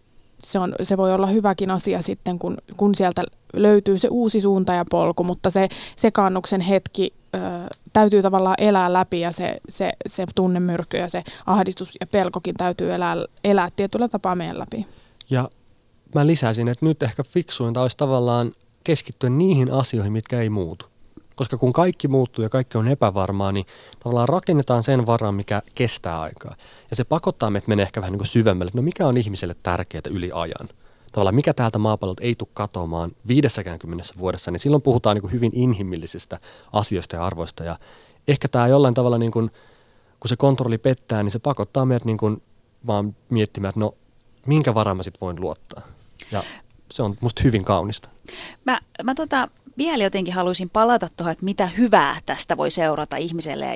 S1: se voi olla hyväkin asia sitten, kun sieltä löytyy se uusi suunta ja polku, mutta se sekaannuksen hetki täytyy tavallaan elää läpi ja se tunnemyrky ja se ahdistus ja pelkokin täytyy elää tietyllä tapaa meidän läpi. Ja
S4: mä lisäisin, että nyt ehkä fiksuinta olisi tavallaan keskittyä niihin asioihin, mitkä ei muutu. Koska kun kaikki muuttuu ja kaikki on epävarmaa, niin tavallaan rakennetaan sen varaan, mikä kestää aikaa. Ja se pakottaa meidät menee ehkä vähän niin kuin syvemmälle, että no mikä on ihmiselle tärkeää yli ajan. Tavallaan mikä täältä maapallolta ei tule katoamaan 50 vuodessa, niin silloin puhutaan niin kuin hyvin inhimillisistä asioista ja arvoista. Ja ehkä tämä jollain tavalla, niin kuin, kun se kontrolli pettää, niin se pakottaa meidät niin kuin vaan miettimään, että no minkä varaan mä sit voin luottaa. Ja se on musta hyvin kaunista.
S2: Mä vielä jotenkin haluaisin palata tuohon, että mitä hyvää tästä voi seurata ihmiselle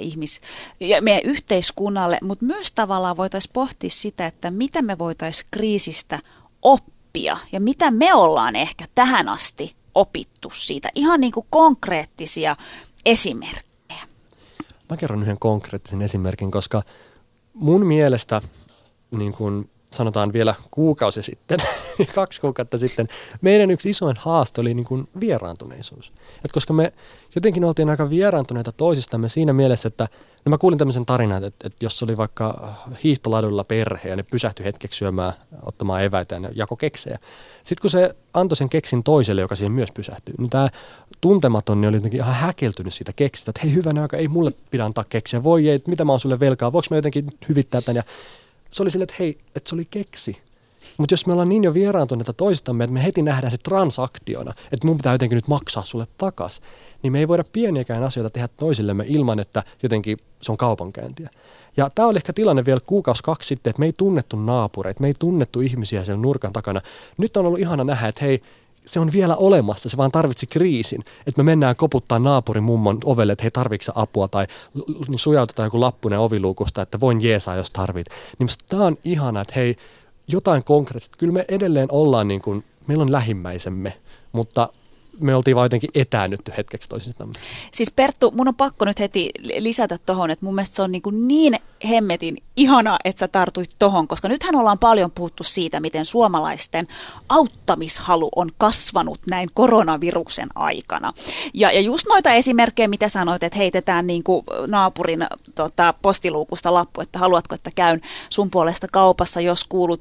S2: ja meidän yhteiskunnalle, mutta myös tavallaan voitaisiin pohtia sitä, että mitä me voitaisiin kriisistä oppia ja mitä me ollaan ehkä tähän asti opittu siitä. Ihan niin kuin konkreettisia esimerkkejä.
S4: Mä kerron yhden konkreettisen esimerkin, koska mun mielestä niin kuin sanotaan vielä kuukausi sitten, 2 kuukautta sitten, meidän yksi isoin haaste oli niin kuin vieraantuneisuus. Et koska me jotenkin oltiin aika vieraantuneita toisistamme siinä mielessä, että no mä kuulin tämmöisen tarinan, että jos oli vaikka hiihtoladulla perhe ja ne pysähtyi hetkeksi syömään, ottamaan eväitä ja ne jako keksejä. Sitten kun se antoi sen keksin toiselle, joka siihen myös pysähtyi, niin tämä tuntematon niin oli jotenkin ihan häkeltynyt siitä keksistä, että hei hyvänä aika, ei mulle pidä antaa keksiä, voi ei, mitä mä oon sulle velkaa, voiko mä jotenkin hyvittää tämän ja se oli silleen, että hei, että se oli keksi. Mutta jos me ollaan niin jo vieraantuneita toisistamme, että me heti nähdään se transaktiona, että mun pitää jotenkin nyt maksaa sulle takas, niin me ei voida pieniäkään asioita tehdä toisillemme ilman, että jotenkin se on kaupankäyntiä. Ja tämä oli ehkä tilanne vielä 1-2 kuukautta sitten, että me ei tunnettu naapureita, me ei tunnettu ihmisiä siellä nurkan takana. Nyt on ollut ihana nähdä, että hei, se on vielä olemassa, se vaan tarvitsi kriisin, että me mennään koputtaa naapurin mummon ovelle, että hei tarvitsetko apua tai sujautetaan joku lappunen oviluukusta, että voin jeesaa jos tarvit. Niin tämä on ihana, että hei jotain konkreettista, kyllä me edelleen ollaan niin kuin, meillä on lähimmäisemme, mutta me oltiin vaan jotenkin etäännytty hetkeksi toisistamme.
S2: Siis Perttu, mun on pakko nyt heti lisätä tohon, että mun mielestä se on niin hemmetin ihanaa, että sä tartuit tohon, koska nythän ollaan paljon puhuttu siitä, miten suomalaisten auttamishalu on kasvanut näin koronaviruksen aikana. Ja just noita esimerkkejä, mitä sanoit, että heitetään niin kuin naapurin postiluukusta lappu, että haluatko, että käyn sun puolesta kaupassa, jos kuulut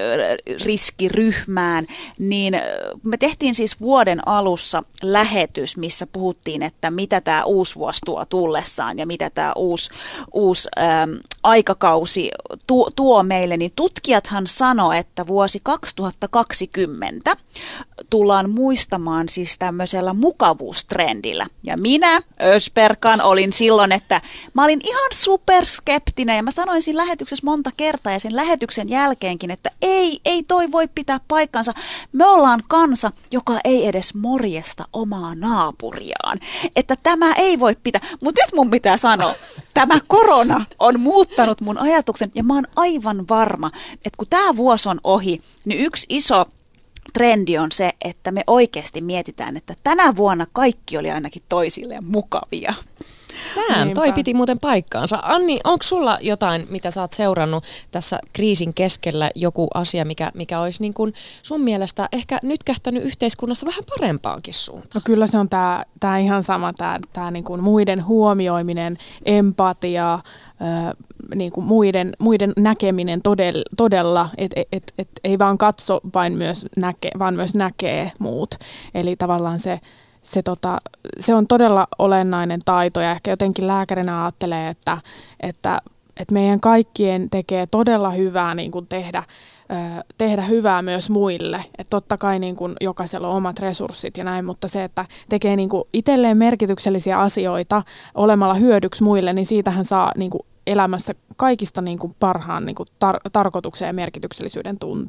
S2: riskiryhmään, niin me tehtiin siis vuoden alussa lähetys, missä puhuttiin, että mitä tämä uusi vuosi tuo tullessaan ja mitä tämä uusi aikakausi tuo meille, niin tutkijathan sanoo, että vuosi 2020 tullaan muistamaan siis tämmöisellä mukavuustrendillä. Ja minä, Ösperkan, olin silloin, että mä olin ihan superskeptinen ja mä sanoin siinä lähetyksessä monta kertaa ja sen lähetyksen jälkeenkin, että ei toi voi pitää paikkansa. Me ollaan kansa, joka ei edes morjesta omaa naapuriaan. Että tämä ei voi pitää. Mutta nyt mun pitää sanoa, tämä korona on muuttanut mun ajatuksen ja mä oon aivan varma, että kun tämä vuosi on ohi, niin yksi iso trendi on se, että me oikeasti mietitään, että tänä vuonna kaikki oli ainakin toisilleen mukavia.
S3: Toi piti muuten paikkaansa. Anni, onko sulla jotain, mitä sä oot seurannut tässä kriisin keskellä, joku asia, mikä olisi niin kuin sun mielestä ehkä nyt kähtänyt yhteiskunnassa vähän parempaankin suuntaan?
S1: No kyllä se on tää ihan sama, tää niin kuin muiden huomioiminen, empatia, niin kuin muiden näkeminen todella, että ei vaan katso, vaan myös näkee muut. Eli tavallaan se on todella olennainen taito ja ehkä jotenkin lääkärinä ajattelee, että meidän kaikkien tekee todella hyvää niin kuin tehdä hyvää myös muille. Että totta kai niin kuin jokaisella on omat resurssit ja näin, mutta se, että tekee niin kuin itselleen merkityksellisiä asioita olemalla hyödyksi muille, niin siitähän saa niin kuin elämässä kaikista niin kuin parhaan niin kuin tarkoituksen ja merkityksellisyyden tunteen.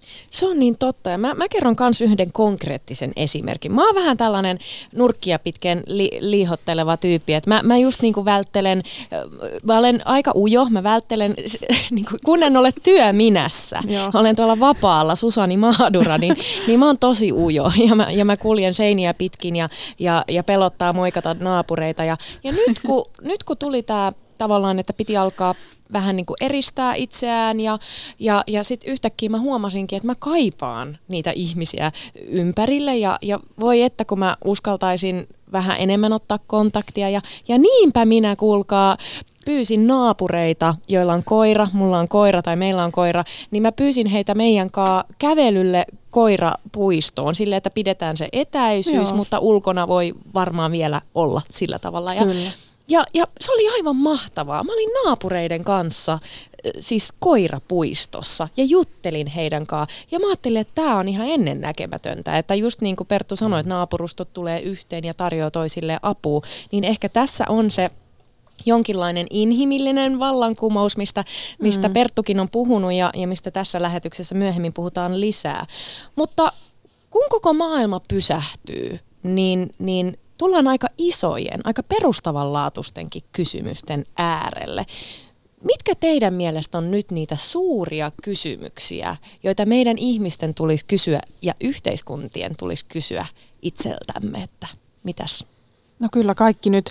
S3: Se on niin totta. Ja mä kerron myös yhden konkreettisen esimerkin. Mä oon vähän tällainen nurkkia pitkän liihotteleva tyyppi. Että mä just niin kuin välttelen, mä olen aika ujo, mä välttelen, niin kuin, kun en ole työminässä. Mä olen tuolla vapaalla, Susani Mahdura, niin mä oon tosi ujo. Ja mä kuljen seiniä pitkin ja pelottaa moikata naapureita. Ja nyt kun tuli tää tavallaan, että piti alkaa vähän niin kuin eristää itseään ja sitten yhtäkkiä mä huomasinkin, että mä kaipaan niitä ihmisiä ympärille ja voi että kun mä uskaltaisin vähän enemmän ottaa kontaktia ja niinpä minä kuulkaa pyysin naapureita, joilla on koira, mulla on koira tai meillä on koira, niin mä pyysin heitä meidän kanssa kävelylle koirapuistoon sille, että pidetään se etäisyys, mutta ulkona voi varmaan vielä olla sillä tavalla. Ja se oli aivan mahtavaa. Mä olin naapureiden kanssa siis koirapuistossa ja juttelin heidän kanssaan. Ja mä ajattelin, että tämä on ihan ennennäkemätöntä. Että just niin kuin Perttu sanoi, että naapurustot tulee yhteen ja tarjoaa toisille apua, niin ehkä tässä on se jonkinlainen inhimillinen vallankumous, mistä Perttukin on puhunut ja mistä tässä lähetyksessä myöhemmin puhutaan lisää. Mutta kun koko maailma pysähtyy, niin tullaan aika isojen, aika perustavanlaatuistenkin kysymysten äärelle. Mitkä teidän mielestä on nyt niitä suuria kysymyksiä, joita meidän ihmisten tulisi kysyä ja yhteiskuntien tulisi kysyä itseltämme, että mitäs?
S1: No kyllä kaikki nyt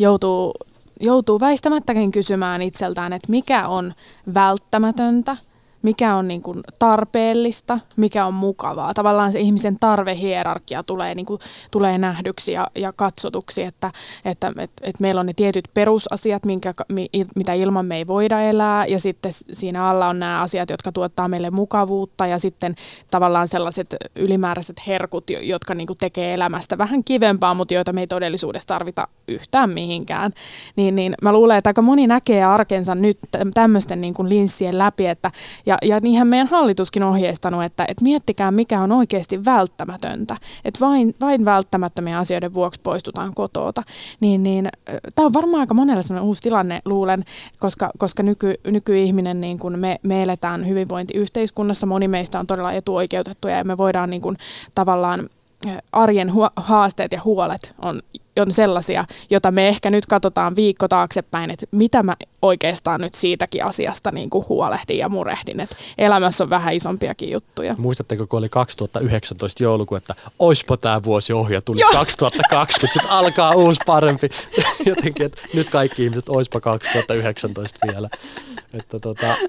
S1: joutuu väistämättäkin kysymään itseltään, että mikä on välttämätöntä, mikä on niin kuin tarpeellista, mikä on mukavaa. Tavallaan se ihmisen tarvehierarkia tulee nähdyksi ja katsotuksi, että meillä on ne tietyt perusasiat, mitä ilman me ei voida elää, ja sitten siinä alla on nämä asiat, jotka tuottaa meille mukavuutta, ja sitten tavallaan sellaiset ylimääräiset herkut, jotka niin kuin tekee elämästä vähän kivempaa, mutta joita me ei todellisuudessa tarvita yhtään mihinkään. Niin mä luulen, että aika moni näkee arkensa nyt tämmöisten niin kuin linssien läpi, ja niinhän meidän hallituskin on ohjeistanut, että miettikää mikä on oikeasti välttämätöntä. Että vain välttämättömien asioiden vuoksi poistutaan kotoota. Tämä on varmaan aika monella sellainen uusi tilanne, luulen, koska nykyihminen, niin kun me eletään hyvinvointiyhteiskunnassa, moni meistä on todella etuoikeutettuja ja me voidaan niin kun, tavallaan arjen haasteet ja huolet on sellaisia, jota me ehkä nyt katsotaan viikko taaksepäin, että mitä mä oikeastaan nyt siitäkin asiasta niin kuin huolehdin ja murehdin, että elämässä on vähän isompiakin juttuja.
S4: Muistatteko, kun oli 2019 joulukuu, että oispa tämä vuosi ohi ja tuli 2020, sitten alkaa uusi parempi. Jotenkin, että nyt kaikki ihmiset, oispa 2019 vielä. Että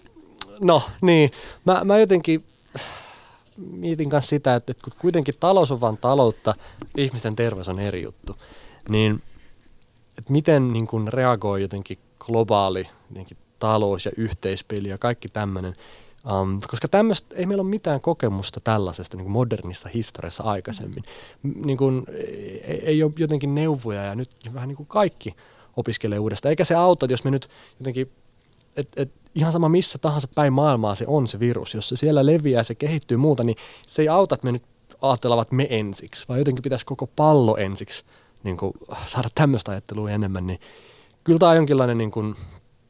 S4: no niin, mä jotenkin mietin kanssa sitä, että kun kuitenkin talous on vaan taloutta, ihmisten terveys on eri juttu, niin että miten niin kun reagoi jotenkin globaali jotenkin talous ja yhteispeli ja kaikki tämmöinen, koska tämmöistä ei meillä ole mitään kokemusta tällaisesta niin kuin modernissa historiassa aikaisemmin. Niin kun, ei ole jotenkin neuvoja ja nyt vähän niin kuin kaikki opiskelee uudestaan, eikä se auta, jos me nyt jotenkin ihan sama missä tahansa päin maailmaa se on se virus, jos se siellä leviää, se kehittyy muuta, niin se ei auta, että me nyt ajattelevat me ensiksi, vaan jotenkin pitäisi koko pallo ensiksi niin kuin saada tämmöistä ajattelua enemmän, niin kyllä tämä on jonkinlainen niin kuin,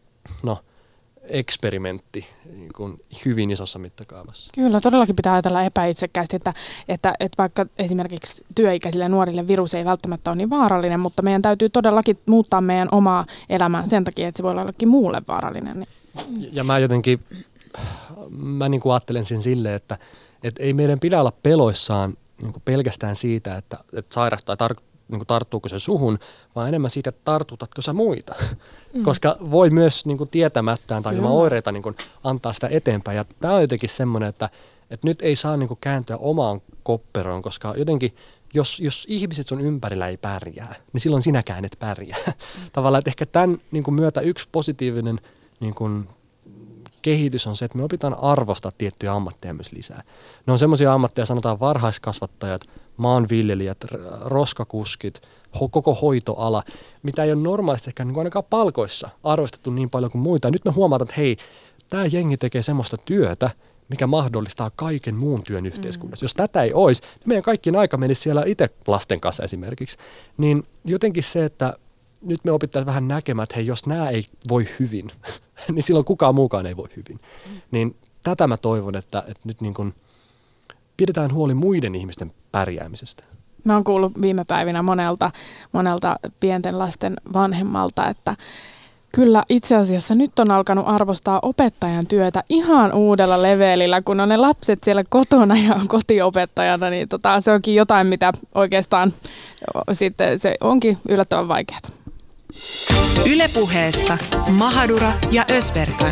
S4: eksperimentti niin kuin hyvin isossa mittakaavassa.
S1: Kyllä, todellakin pitää ajatella epäitsekkäästi, että vaikka esimerkiksi työikäisille nuorille virus ei välttämättä ole niin vaarallinen, mutta meidän täytyy todellakin muuttaa meidän omaa elämää sen takia, että se voi olla jollekin muulle vaarallinen.
S4: Ja mä jotenkin, niin kuin ajattelen sen silleen, että ei meidän pidä olla peloissaan niin kuin pelkästään siitä, että sairastaa niin kuin tarttuuko se suhun, vaan enemmän siitä, että tartutatko sä muita. Koska voi myös niin kuin tietämättään tai ilman oireita niin kuin antaa sitä eteenpäin. Ja tämä on jotenkin semmoinen, että nyt ei saa niin kuin kääntyä omaan kopperoon, koska jotenkin jos ihmiset sun ympärillä ei pärjää, niin silloin sinäkään et pärjää. Tavallaan, että ehkä tämän niin kuin myötä yksi positiivinen niin kuin kehitys on se, että me opitaan arvostaa tiettyjä ammatteja myös lisää. Ne on semmoisia ammatteja, sanotaan varhaiskasvattajat, maanviljelijät, roskakuskit, koko hoitoala, mitä ei ole normaalisti ehkä niin ainakaan palkoissa arvostettu niin paljon kuin muita. Ja nyt me huomataan, että hei, tämä jengi tekee semmoista työtä, mikä mahdollistaa kaiken muun työn yhteiskunnassa. Jos tätä ei olisi, niin meidän kaikkien aika menisi siellä itse lasten kanssa esimerkiksi. Niin jotenkin se, että nyt me opittaisiin vähän näkemään, että hei, jos nämä ei voi hyvin, niin silloin kukaan muukaan ei voi hyvin. Niin tätä mä toivon, että nyt niin kuin pidetään huoli muiden ihmisten pärjäämisestä.
S1: Mä oon kuullut viime päivinä monelta pienten lasten vanhemmalta, että kyllä itse asiassa nyt on alkanut arvostaa opettajan työtä ihan uudella levelillä, kun on ne lapset siellä kotona ja on kotiopettajana, niin se onkin jotain, mitä oikeastaan sitten se onkin yllättävän vaikeaa.
S5: Yle Puheessa Mahadura ja Ösberkan.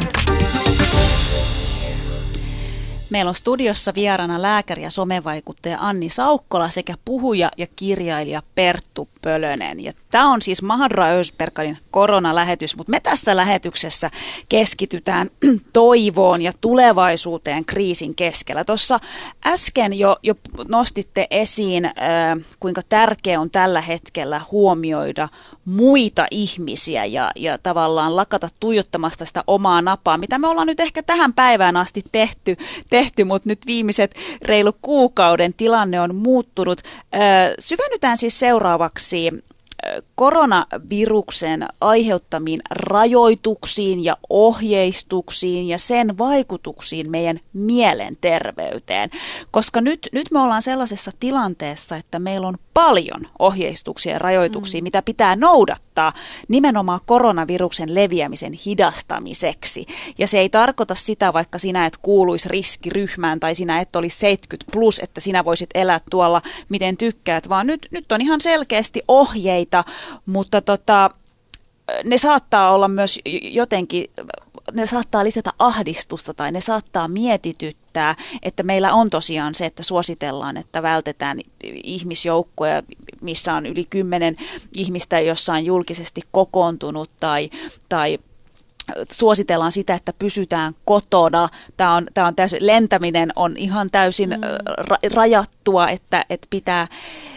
S2: Meillä on studiossa vieraana lääkäri ja somevaikuttaja Anni Saukkola sekä puhuja ja kirjailija Perttu Pölönen. Ja tämä on siis Mahadura Ösberkanin koronalähetys, mutta me tässä lähetyksessä keskitytään toivoon ja tulevaisuuteen kriisin keskellä. Tuossa äsken jo nostitte esiin, kuinka tärkeää on tällä hetkellä huomioida muita ihmisiä ja tavallaan lakata tuijottamasta sitä omaa napaa, mitä me ollaan nyt ehkä tähän päivään asti tehty, mutta nyt viimeiset reilu kuukauden tilanne on muuttunut. Syvennytään siis seuraavaksi koronaviruksen aiheuttamiin rajoituksiin ja ohjeistuksiin ja sen vaikutuksiin meidän mielenterveyteen. Koska nyt me ollaan sellaisessa tilanteessa, että meillä on paljon ohjeistuksia ja rajoituksia, mitä pitää noudattaa nimenomaan koronaviruksen leviämisen hidastamiseksi. Ja se ei tarkoita sitä, vaikka sinä et kuuluisi riskiryhmään tai sinä et olisi 70+, että sinä voisit elää tuolla miten tykkäät, vaan nyt on ihan selkeästi ohjeita, mutta ne saattaa olla myös jotenkin, ne saattaa lisätä ahdistusta tai ne saattaa mietityttää, että meillä on tosiaan se, että suositellaan, että vältetään ihmisjoukkoja, missä on yli 10 ihmistä, jossa on julkisesti kokoontunut tai suositellaan sitä, että pysytään kotona. Tämä on täysin, lentäminen on ihan täysin rajattua, että pitää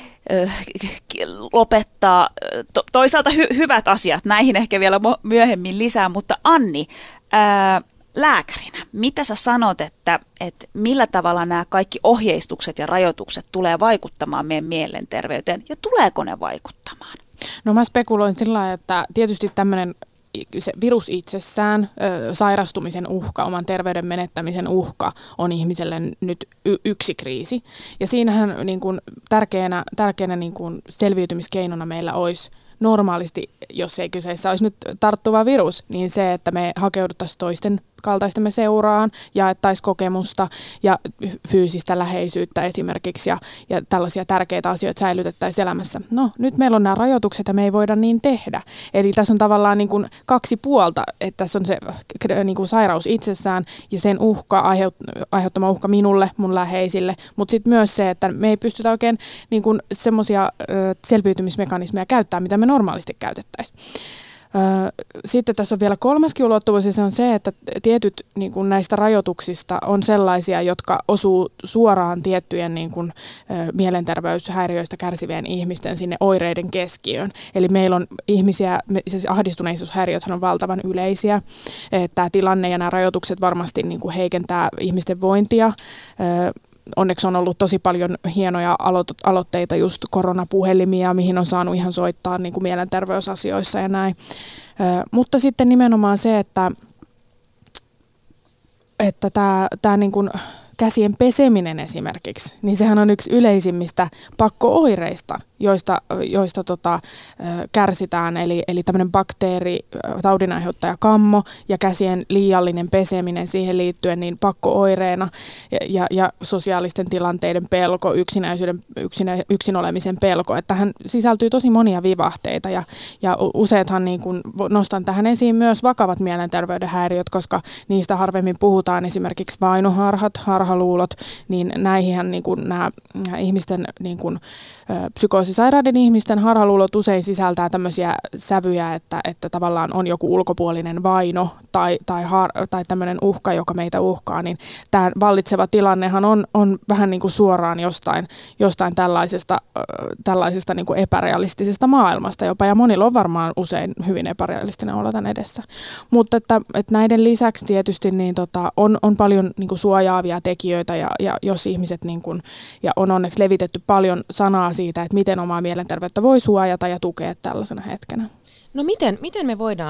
S2: lopettaa. Toisaalta hyvät asiat, näihin ehkä vielä myöhemmin lisää, mutta Anni, lääkärinä, mitä sä sanot, että millä tavalla nämä kaikki ohjeistukset ja rajoitukset tulee vaikuttamaan meidän mielenterveyteen ja tuleeko ne vaikuttamaan?
S1: No mä spekuloin sillä lailla, että tietysti tämmöinen se virus itsessään, sairastumisen uhka, oman terveyden menettämisen uhka on ihmiselle nyt yksi kriisi. Ja siinähän niin kuin tärkeänä niin kuin selviytymiskeinona meillä olisi normaalisti, jos ei kyseessä olisi nyt tarttuva virus, niin se, että me hakeuduttaisiin toisten kaltaistemme seuraan, jaettaisiin kokemusta ja fyysistä läheisyyttä esimerkiksi ja tällaisia tärkeitä asioita säilytettäisiin elämässä. No, nyt meillä on nämä rajoitukset ja me ei voida niin tehdä. Eli tässä on tavallaan niin kuin kaksi puolta, että tässä on se niin kuin sairaus itsessään ja sen aiheuttama uhka minulle, mun läheisille, mutta sitten myös se, että me ei pystytä oikein niin kuin semmoisia selviytymismekanismeja käyttämään, mitä me normaalisti käytettäisiin. Sitten tässä on vielä kolmaskin ulottuvuus ja se on se, että tietyt niin kuin näistä rajoituksista on sellaisia, jotka osuu suoraan tiettyjen niin kuin, mielenterveyshäiriöistä kärsivien ihmisten sinne oireiden keskiöön. Eli meillä on ihmisiä, siis ahdistuneisuushäiriöthän on valtavan yleisiä. Tämä tilanne ja nämä rajoitukset varmasti niin kuin heikentää ihmisten vointia. Onneksi on ollut tosi paljon hienoja aloitteita, just koronapuhelimia, mihin on saanut ihan soittaa niin kuin mielenterveysasioissa ja näin. Mutta sitten nimenomaan se, että tämä niin kuin käsien peseminen esimerkiksi, niin sehän on yksi yleisimmistä pakko-oireista, joista kärsitään. Eli tämmöinen bakteeri, taudin aiheuttaja kammo ja käsien liiallinen peseminen siihen liittyen niin pakko-oireena ja sosiaalisten tilanteiden pelko, yksin olemisen pelko. Että tähän sisältyy tosi monia vivahteita ja useathan niin kun nostan tähän esiin myös vakavat mielenterveyden häiriöt, koska niistä harvemmin puhutaan, esimerkiksi vainoharhat, harhaluulot, niin näihinhän niin kun nämä ihmisten niin kun, psykoosisairaiden ihmisten harhaluulot usein sisältää tämmöisiä sävyjä, että tavallaan on joku ulkopuolinen vaino tai tämmöinen uhka, joka meitä uhkaa, niin tämä vallitseva tilannehan on vähän niin kuin suoraan jostain tällaisesta niin kuin epärealistisesta maailmasta jopa, ja monilla on varmaan usein hyvin epärealistinen olo tämän edessä. Mutta että näiden lisäksi tietysti niin on paljon niin kuin suojaavia tekijöitä, ja jos ihmiset, niin kuin, ja on onneksi levitetty paljon sanaa siitä, että miten omaa mielenterveyttä voi suojata ja tukea tällaisena hetkenä.
S3: No miten me voidaan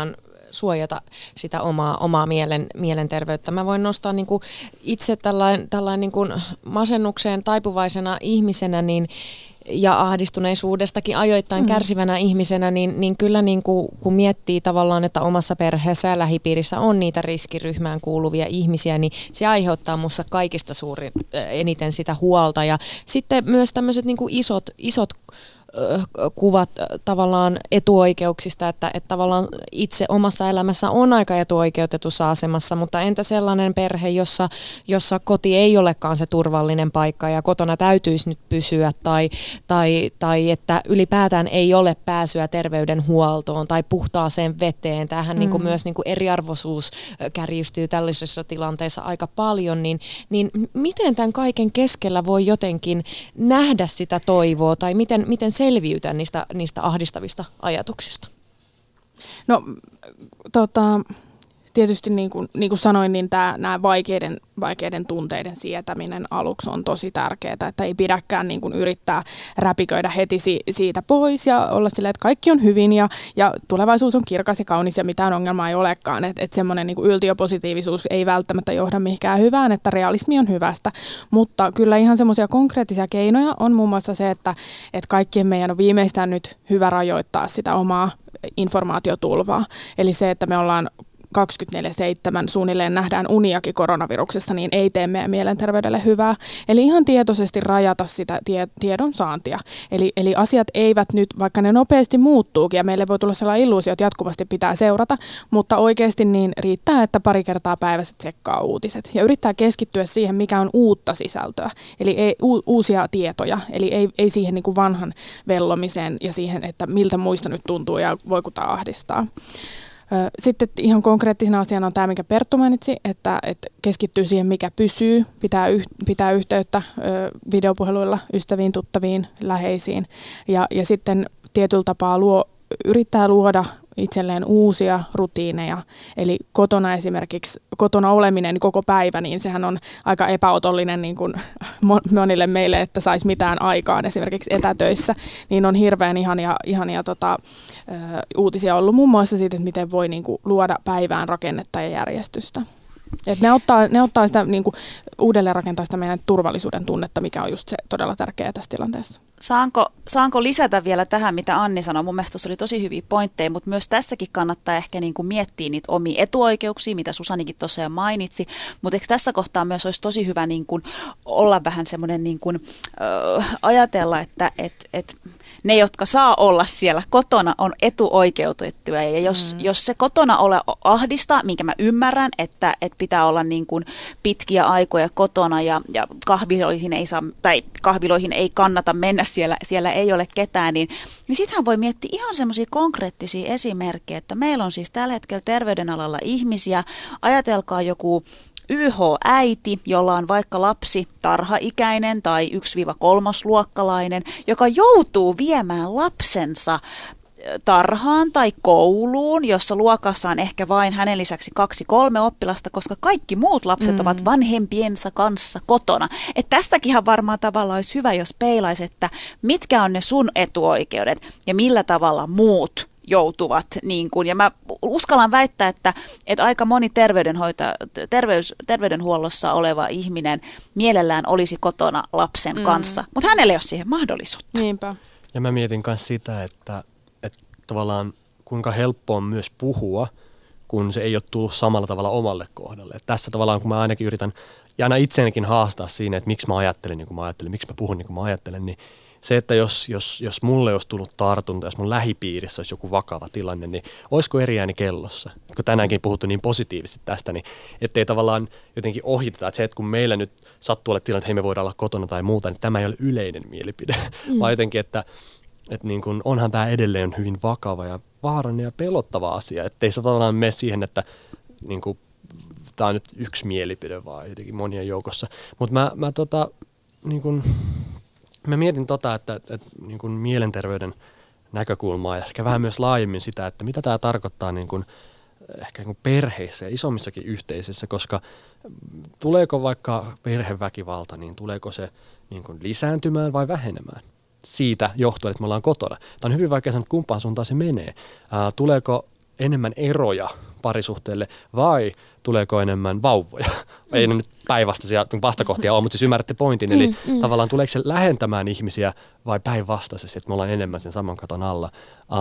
S3: suojata sitä omaa mielenterveyttä. Mä voin nostaa niin kuin itse tällainen niin kuin masennukseen taipuvaisena ihmisenä ja ahdistuneisuudestakin ajoittain kärsivänä ihmisenä, niin kyllä niin kuin, kun miettii tavallaan, että omassa perheessä ja lähipiirissä on niitä riskiryhmään kuuluvia ihmisiä, niin se aiheuttaa musta kaikista eniten sitä huolta. Ja sitten myös tämmöiset niin kuin isot kuvat tavallaan etuoikeuksista, että tavallaan itse omassa elämässä on aika etuoikeutetussa asemassa, mutta entä sellainen perhe, jossa koti ei olekaan se turvallinen paikka ja kotona täytyisi nyt pysyä tai että ylipäätään ei ole pääsyä terveydenhuoltoon tai puhtaaseen veteen. Tämähän niin kuin myös niin kuin eriarvoisuus kärjistyy tällaisessa tilanteessa aika paljon, niin miten tämän kaiken keskellä voi jotenkin nähdä sitä toivoa tai miten selviytyä niistä ahdistavista ajatuksista?
S1: No tietysti niin kuin sanoin, niin nämä vaikeiden tunteiden sietäminen aluksi on tosi tärkeää, että ei pidäkään niin kuin yrittää räpiköidä heti siitä pois ja olla silleen, että kaikki on hyvin ja tulevaisuus on kirkas ja kaunis ja mitään ongelmaa ei olekaan. Että semmoinen niin kuin yltiöpositiivisuus ei välttämättä johda mihinkään hyvään, että realismi on hyvästä, mutta kyllä ihan semmoisia konkreettisia keinoja on muun muassa se, että kaikkien meidän on viimeistään nyt hyvä rajoittaa sitä omaa informaatiotulvaa. Eli se, että me ollaan 24/7 suunnilleen nähdään uniakin koronaviruksesta, niin ei tee meidän mielenterveydelle hyvää. Eli ihan tietoisesti rajata sitä tiedon saantia. Eli asiat eivät nyt, vaikka ne nopeasti muuttuukin ja meille voi tulla sellainen illuusio, että jatkuvasti pitää seurata, mutta oikeasti niin riittää, että pari kertaa päivässä tsekkaa uutiset ja yrittää keskittyä siihen, mikä on uutta sisältöä. Eli ei, uusia tietoja, eli ei siihen niin kuin vanhan vellomiseen ja siihen, että miltä muista nyt tuntuu ja voiko tämä ahdistaa. Sitten ihan konkreettisena asiana on tämä, mikä Perttu mainitsi, että keskittyy siihen, mikä pysyy, pitää yhteyttä videopuheluilla ystäviin, tuttaviin, läheisiin ja sitten tietyllä tapaa yrittää luoda itselleen uusia rutiineja. Eli kotona oleminen niin koko päivä, niin sehän on aika epäotollinen niin kuin monille meille, että saisi mitään aikaan esimerkiksi etätöissä. Niin on hirveän ihania uutisia ollut muun muassa siitä, että miten voi niin kuin luoda päivään rakennetta ja järjestystä. Et ne auttaa sitä niin kuin uudelleen rakentaa sitä meidän turvallisuuden tunnetta, mikä on just se todella tärkeää tässä tilanteessa.
S2: Saanko lisätä vielä tähän, mitä Anni sanoi? Mun mielestä tuossa oli tosi hyviä pointteja, mutta myös tässäkin kannattaa ehkä niin kuin miettiä niitä omia etuoikeuksia, mitä Susanikin tuossa jo mainitsi. Mutta eikö tässä kohtaa myös olisi tosi hyvä niin kuin olla vähän semmoinen niin kuin, ajatella, että ne, jotka saa olla siellä kotona, on etuoikeutettuja. Ja jos se kotona ole ahdistaa, minkä mä ymmärrän, että pitää olla niin kuin pitkiä aikoja kotona ja kahviloihin ei kannata mennä, siellä ei ole ketään, niin sittenhän voi miettiä ihan semmoisia konkreettisia esimerkkejä, että meillä on siis tällä hetkellä terveydenalalla ihmisiä, ajatelkaa joku YH-äiti, jolla on vaikka lapsi tarhaikäinen tai 1-3-luokkalainen, joka joutuu viemään lapsensa tarhaan tai kouluun, jossa luokassa on ehkä vain hänen lisäksi 2-3 oppilasta, koska kaikki muut lapset ovat vanhempiensa kanssa kotona. Että tässäkinhän varmaan tavallaan olisi hyvä, jos peilaisi, että mitkä on ne sun etuoikeudet ja millä tavalla muut joutuvat. Niin kun, ja mä uskallan väittää, että aika moni terveydenhuollossa oleva ihminen mielellään olisi kotona lapsen kanssa, mutta hänelle ei ole siihen mahdollisuutta.
S1: Niinpä.
S4: Ja mä mietin myös sitä, että tavallaan kuinka helppo on myös puhua, kun se ei ole tullut samalla tavalla omalle kohdalle. Et tässä tavallaan, kun mä ainakin yritän ja aina itseänikin haastaa siinä, että miksi mä ajattelen niin kuin mä ajattelen, miksi mä puhun niin kuin mä ajattelen, niin se, että jos mulle olisi tullut tartunta, jos mun lähipiirissä olisi joku vakava tilanne, niin olisiko eri ääni kellossa? Kun tänäänkin puhuttu niin positiivisesti tästä, niin ettei tavallaan jotenkin ohiteta, että se, että kun meillä nyt sattuu olla tilanne, että hei me voidaan olla kotona tai muuta, niin tämä ei ole yleinen mielipide, vaan jotenkin, että niin kuin onhan tämä edelleen hyvin vakava ja vaarallinen ja pelottava asia, ettei se tavallaan mene siihen, että niin kuin, tämä on nyt yksi mielipide vaan jotenkin monien joukossa. Mutta mä mietin että niin kuin mielenterveyden näkökulmaa ja ehkä vähän myös laajemmin sitä, että mitä tämä tarkoittaa niin kuin, ehkä niin kuin perheissä ja isommissakin yhteisöissä, koska tuleeko vaikka perheväkivalta, niin tuleeko se niin kuin lisääntymään vai vähenemään? Siitä johtuen, että me ollaan kotona. Tämä on hyvin vaikea sanoa, kumpaan suuntaan se menee. Tuleeko enemmän eroja parisuhteelle vai tuleeko enemmän vauvoja? Ei ne nyt päinvastaisia vastakohtia ole, mutta siis ymmärrätte pointin. Eli tavallaan tuleeko se lähentämään ihmisiä vai päinvastaisesti, että me ollaan enemmän sen saman katon alla.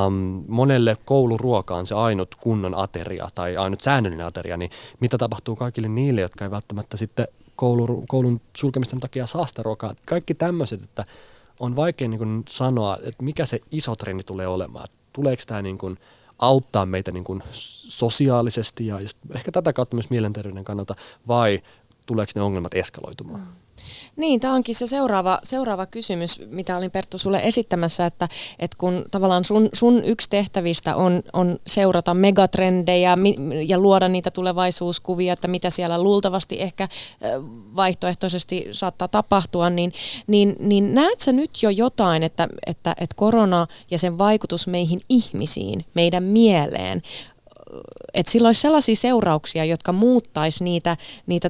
S4: Monelle kouluruoka on se ainut kunnon ateria tai ainut säännöllinen ateria, niin mitä tapahtuu kaikille niille, jotka ei välttämättä sitten koulun sulkemisten takia saa sitä ruokaa? Kaikki tämmöiset, että on vaikea niin kuin sanoa, että mikä se iso trendi tulee olemaan. Tuleeko tämä niin kuin auttaa meitä niin kuin sosiaalisesti ja ehkä tätä kautta myös mielenterveyden kannalta, vai tuleeko ne ongelmat eskaloitumaan?
S3: Niin, tämä onkin se seuraava kysymys, mitä olin Perttu sulle esittämässä, että kun tavallaan sun yksi tehtävistä on seurata megatrendejä ja luoda niitä tulevaisuuskuvia, että mitä siellä luultavasti ehkä vaihtoehtoisesti saattaa tapahtua, niin näet sä nyt jo jotain, että korona ja sen vaikutus meihin ihmisiin, meidän mieleen, että sillä olisi sellaisia seurauksia, jotka muuttaisi niitä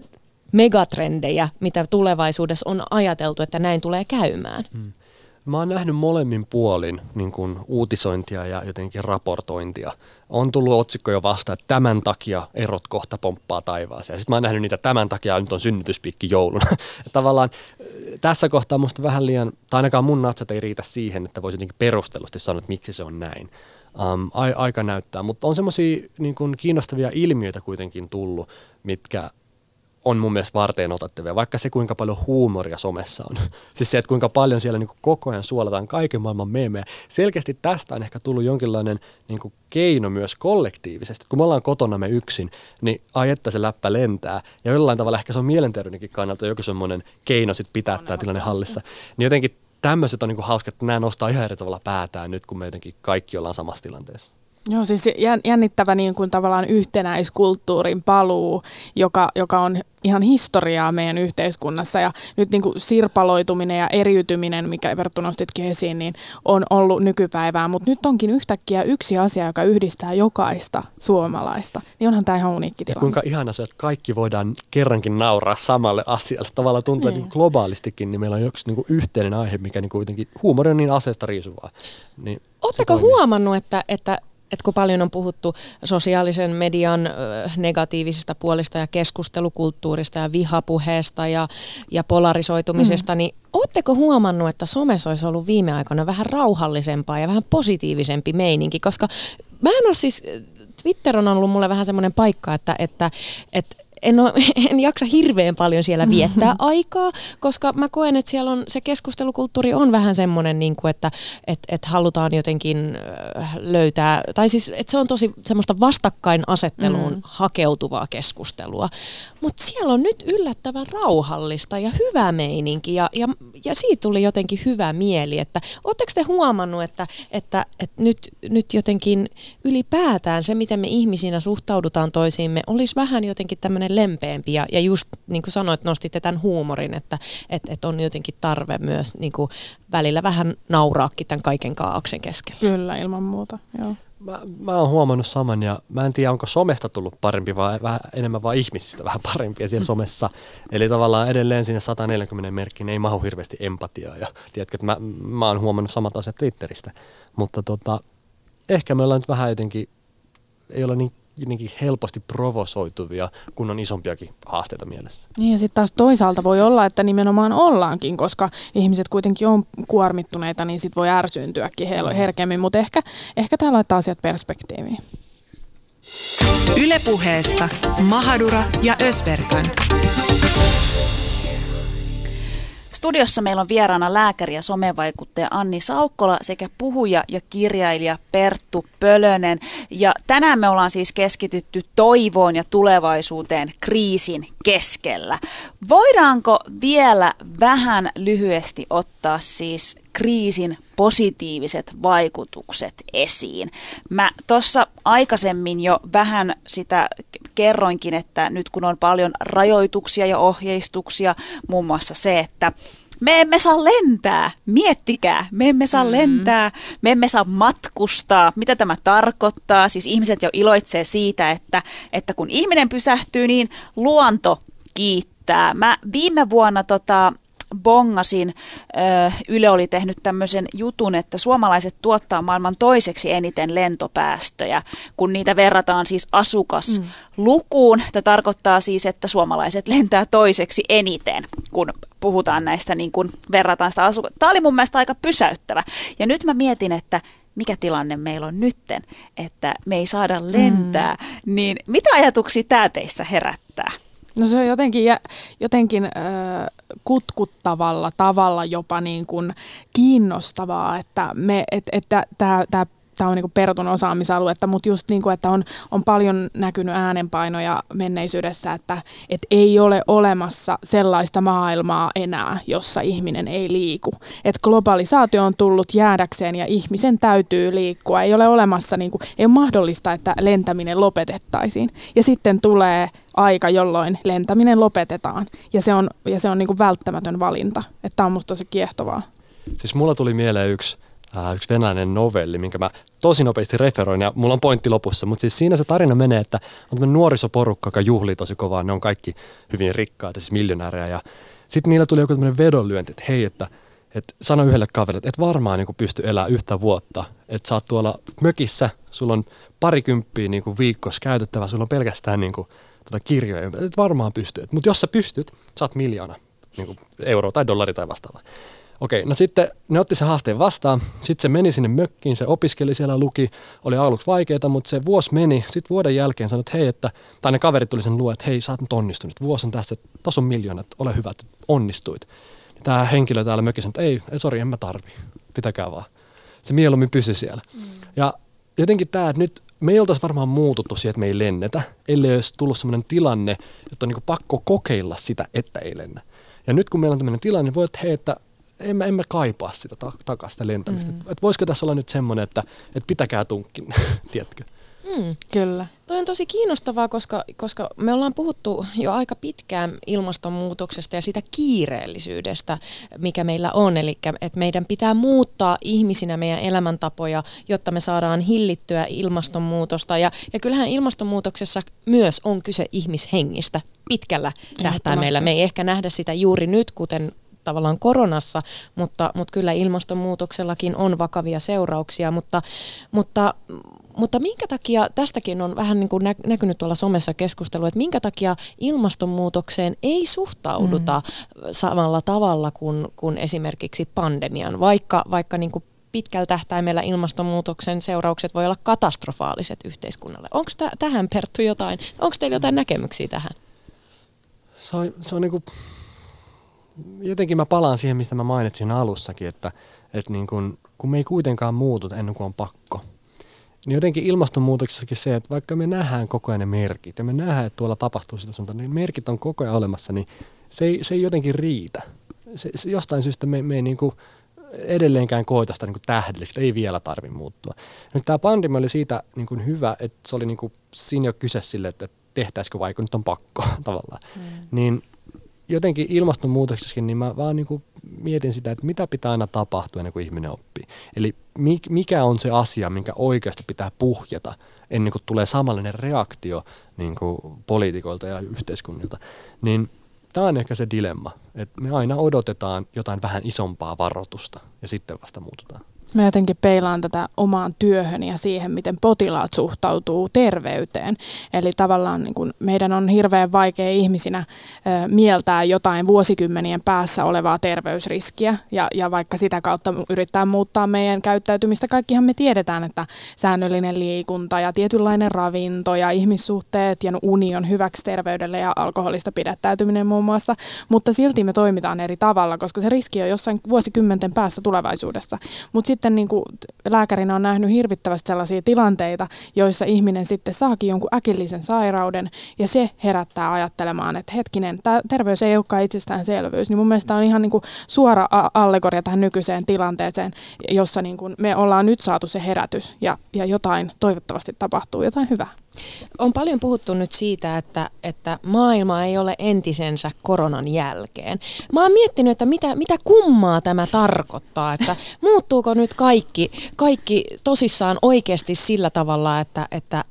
S3: megatrendejä, mitä tulevaisuudessa on ajateltu, että näin tulee käymään.
S4: Mä oon nähnyt molemmin puolin niin kuin uutisointia ja jotenkin raportointia. On tullut otsikko jo vasta, että tämän takia erot kohta pomppaa taivaaseen. Ja sitten mä oon nähnyt niitä tämän takia, nyt on synnytyspiikki jouluna. Tavallaan tässä kohtaa musta vähän liian, tai ainakaan mun natsat ei riitä siihen, että voisi jotenkin perustellusti sanoa, että miksi se on näin. Aika näyttää, mutta on semmoisia niin kuin kiinnostavia ilmiöitä kuitenkin tullut, mitkä on mun mielestä varteen otettavia, vaikka se kuinka paljon huumoria somessa on. Siis se, että kuinka paljon siellä niin kuin koko ajan suolataan kaiken maailman meemejä. Selkeästi tästä on ehkä tullut jonkinlainen niin kuin keino myös kollektiivisesti. Kun me ollaan kotonamme yksin, niin ai että se läppä lentää. Ja jollain tavalla ehkä se on mielenterveydenkin kannalta joku semmoinen keino sit pitää tämä tilanne hallissa. Niin jotenkin tämmöiset on niin kuin hauska, että nämä nostaa ihan eri tavalla päätään nyt, kun me jotenkin kaikki ollaan samassa tilanteessa.
S1: Joo, siis jännittävä niin kuin tavallaan yhtenäiskulttuurin paluu, joka on ihan historiaa meidän yhteiskunnassa. Ja nyt niin kuin sirpaloituminen ja eriytyminen, mikä Perttu nostitkin esiin, niin on ollut nykypäivää. Mutta nyt onkin yhtäkkiä yksi asia, joka yhdistää jokaista suomalaista. Niin onhan tämä ihan uniikki tilanne.
S4: Ja kuinka ihana se, että kaikki voidaan kerrankin nauraa samalle asialle. Tavallaan tuntuu, että niin globaalistikin niin meillä on joku niin kuin yhteinen aihe, mikä niin kuitenkin huumori on niin aseesta riisuvaa. Niin
S3: oletteko huomannut, että kun paljon on puhuttu sosiaalisen median negatiivisista puolista ja keskustelukulttuurista ja vihapuheesta ja polarisoitumisesta, niin ootteko huomannut, että somessa olisi ollut viime aikoina vähän rauhallisempaa ja vähän positiivisempi meininki? Koska mä en ole siis, Twitter on ollut mulle vähän semmoinen paikka, että en jaksa hirveän paljon siellä viettää aikaa, koska mä koen, että siellä on se keskustelukulttuuri on vähän semmoinen, niin kuin, että halutaan jotenkin löytää, tai siis että se on tosi semmoista vastakkainasetteluun hakeutuvaa keskustelua. Mutta siellä on nyt yllättävän rauhallista ja hyvä meininki ja siitä tuli jotenkin hyvä mieli, että ootteko te huomannut, että nyt jotenkin ylipäätään se, miten me ihmisinä suhtaudutaan toisiimme, olisi vähän jotenkin tämmöinen lempeämpi ja just niin kuin sanoit, nostitte tämän huumorin, että on jotenkin tarve myös niin kuin välillä vähän nauraakin tämän kaiken kaaoksen keskellä.
S1: Kyllä, ilman muuta, joo.
S4: Mä oon huomannut saman ja mä en tiedä, onko somesta tullut parempi vai vähän enemmän vaan ihmisistä vähän parempia siellä somessa. Eli tavallaan edelleen sinne 140 merkkiin ei mahu hirveästi empatiaa ja tiedätkö, että mä oon huomannut samat asiat Twitteristä. Mutta ehkä me ollaan nyt vähän jotenkin, ei olla niin jotenkin helposti provosoituvia, kun on isompiakin haasteita mielessä.
S1: Niin ja sitten taas toisaalta voi olla, että nimenomaan ollaankin, koska ihmiset kuitenkin on kuormittuneita, niin sitten voi ärsyyntyäkin herkemmin, mutta ehkä tämä laittaa asiat perspektiiviin.
S5: Yle Puheessa Mahadura ja Ösberkan.
S2: Studiossa meillä on vieraana lääkäri ja somevaikuttaja Anni Saukkola sekä puhuja ja kirjailija Perttu Pölönen. Ja tänään me ollaan siis keskitytty toivoon ja tulevaisuuteen kriisin keskellä. Voidaanko vielä vähän lyhyesti ottaa siis kriisin positiiviset vaikutukset esiin? Mä tuossa aikaisemmin jo vähän sitä kerroinkin, että nyt kun on paljon rajoituksia ja ohjeistuksia, muun muassa se, että me emme saa lentää, miettikää, me emme saa lentää, me emme saa matkustaa. Mitä tämä tarkoittaa? Siis ihmiset jo iloitsee siitä, että kun ihminen pysähtyy, niin luonto kiittää. Mä viime vuonna bongasin, Yle oli tehnyt tämmöisen jutun, että suomalaiset tuottaa maailman toiseksi eniten lentopäästöjä, kun niitä verrataan siis asukaslukuun. Tämä tarkoittaa siis, että suomalaiset lentää toiseksi eniten, kun puhutaan näistä, niin kun verrataan sitä Tämä oli mun mielestä aika pysäyttävä. Ja nyt mä mietin, että mikä tilanne meillä on nytten, että me ei saada lentää, niin mitä ajatuksia tämä teissä herättää?
S1: No se on jotenkin kutkuttavalla tavalla jopa niin kuin kiinnostavaa, että tämä on niin kuin perutun osaamisaluetta, mutta just niin kuin, että on paljon näkynyt äänenpainoja menneisyydessä, että ei ole olemassa sellaista maailmaa enää, jossa ihminen ei liiku. Että globalisaatio on tullut jäädäkseen ja ihmisen täytyy liikkua. Ei ole olemassa, niin kuin, ei ole mahdollista, että lentäminen lopetettaisiin. Ja sitten tulee aika, jolloin lentäminen lopetetaan. Ja se on niin kuin välttämätön valinta. Että tämä on musta tosi kiehtovaa.
S4: Siis mulla tuli mieleen yksi venäläinen novelli, minkä mä tosi nopeasti referoin, ja mulla on pointti lopussa, mutta siis siinä se tarina menee, että on tämmöinen nuorisoporukka, joka juhlii tosi kovaa, ne on kaikki hyvin rikkaita, siis miljonäärejä, ja sitten niillä tuli joku tämmöinen vedonlyönti, että hei, että sano yhdelle kaverille, että varmaan niin pysty elämään yhtä vuotta, että sä oot tuolla mökissä, sulla on 20 niin viikossa käytettävä, sulla on pelkästään niin kirjoja, että varmaan pystyy, mutta jos sä pystyt, sä oot 1 000 000 niin euroa tai dollaria tai vastaavaa. Okei, no sitten ne otti sen haasteen vastaan, sitten se meni sinne mökkiin, se opiskeli siellä, luki, oli aluksi vaikeaa, mutta se vuosi meni, sitten vuoden jälkeen sanoi, että hei, tai ne kaverit tuli sen luo, että hei, sä oot nyt onnistunut, vuosi on tässä, tossa on 1 000 000, ole hyvä, että onnistuit. Tämä henkilö täällä mökissä sanoi, että ei, sori, en mä tarvi, pitäkää vaan. Se mieluummin pysyi siellä. Ja jotenkin tämä, että nyt me ei oltaisi varmaan muututtu siihen, että me ei lennetä, ellei olisi tullut sellainen tilanne, että on niin pakko kokeilla sitä, että ei lennä. Ja nyt kun meillä on tämmöinen tilanne, niin voi, että hei, että en mä kaipaa sitä takaisin sitä lentämistä. Et voisiko tässä olla nyt semmoinen, että pitäkää tunkkin, tiedätkö?
S1: Kyllä.
S3: Toi on tosi kiinnostavaa, koska me ollaan puhuttu jo aika pitkään ilmastonmuutoksesta ja sitä kiireellisyydestä, mikä meillä on. Eli että meidän pitää muuttaa ihmisinä meidän elämäntapoja, jotta me saadaan hillittyä ilmastonmuutosta. Ja kyllähän ilmastonmuutoksessa myös on kyse ihmishengistä pitkällä tähtäimellä. Me ei ehkä nähdä sitä juuri nyt, kuten tavallaan koronassa, mutta kyllä ilmastonmuutoksellakin on vakavia seurauksia, mutta minkä takia, tästäkin on vähän niin kuin näkynyt tuolla somessa keskustelua, että minkä takia ilmastonmuutokseen ei suhtauduta samalla tavalla kuin esimerkiksi pandemian, vaikka niin kuin pitkällä tähtäimellä ilmastonmuutoksen seuraukset voi olla katastrofaaliset yhteiskunnalle. Onko tähän, Perttu, jotain, onko teillä jotain näkemyksiä tähän?
S4: Se on niin kuin jotenkin mä palaan siihen, mistä mä mainitsin alussakin, että niin kun me ei kuitenkaan muututa ennen kuin on pakko. Niin jotenkin ilmastonmuutoksessakin se, että vaikka me nähdään koko ajan ne merkit ja me nähdään, että tuolla tapahtuu sitä suuntaan, niin merkit on koko ajan olemassa, niin se ei jotenkin riitä. Se jostain syystä me ei niin kuin edelleenkään koeta sitä niin kuin tähdellistä, ei vielä tarvitse muuttua. Nyt tämä pandemia oli siitä niin kuin hyvä, että se oli niin kuin siinä jo kyse sille, että tehtäisikö vai kun nyt on pakko tavallaan. Niin jotenkin ilmastonmuutoksessakin, niin mä vaan niin kuin mietin sitä, että mitä pitää aina tapahtua ennen kuin ihminen oppii. Eli mikä on se asia, minkä oikeasti pitää puhjeta ennen kuin tulee samanlainen reaktio niin kuin poliitikoilta ja yhteiskunnilta. Niin tämä on ehkä se dilemma, että me aina odotetaan jotain vähän isompaa varoitusta ja sitten vasta muututaan.
S1: Mä jotenkin peilaan tätä omaan työhöni ja siihen, miten potilaat suhtautuu terveyteen. Eli tavallaan niin kun meidän on hirveän vaikea ihmisinä mieltää jotain vuosikymmenien päässä olevaa terveysriskiä ja vaikka sitä kautta yrittää muuttaa meidän käyttäytymistä. Kaikkihan me tiedetään, että säännöllinen liikunta ja tietynlainen ravinto ja ihmissuhteet ja uni on hyväksi terveydelle ja alkoholista pidättäytyminen muun muassa. Mutta silti me toimitaan eri tavalla, koska se riski on jossain vuosikymmenten päässä tulevaisuudessa. Mutta sitten niin kuin lääkärinä on nähnyt hirvittävästi sellaisia tilanteita, joissa ihminen sitten saakin jonkun äkillisen sairauden ja se herättää ajattelemaan, että hetkinen, tämä terveys ei olekaan itsestäänselvyys. Niin mun mielestä on ihan niin kuin suora allegoria tähän nykyiseen tilanteeseen, jossa niin kuin me ollaan nyt saatu se herätys ja jotain toivottavasti tapahtuu, jotain hyvää.
S3: On paljon puhuttu nyt siitä, että maailma ei ole entisensä koronan jälkeen. Mä oon miettinyt, että mitä kummaa tämä tarkoittaa, että muuttuuko nyt kaikki tosissaan oikeasti sillä tavalla, että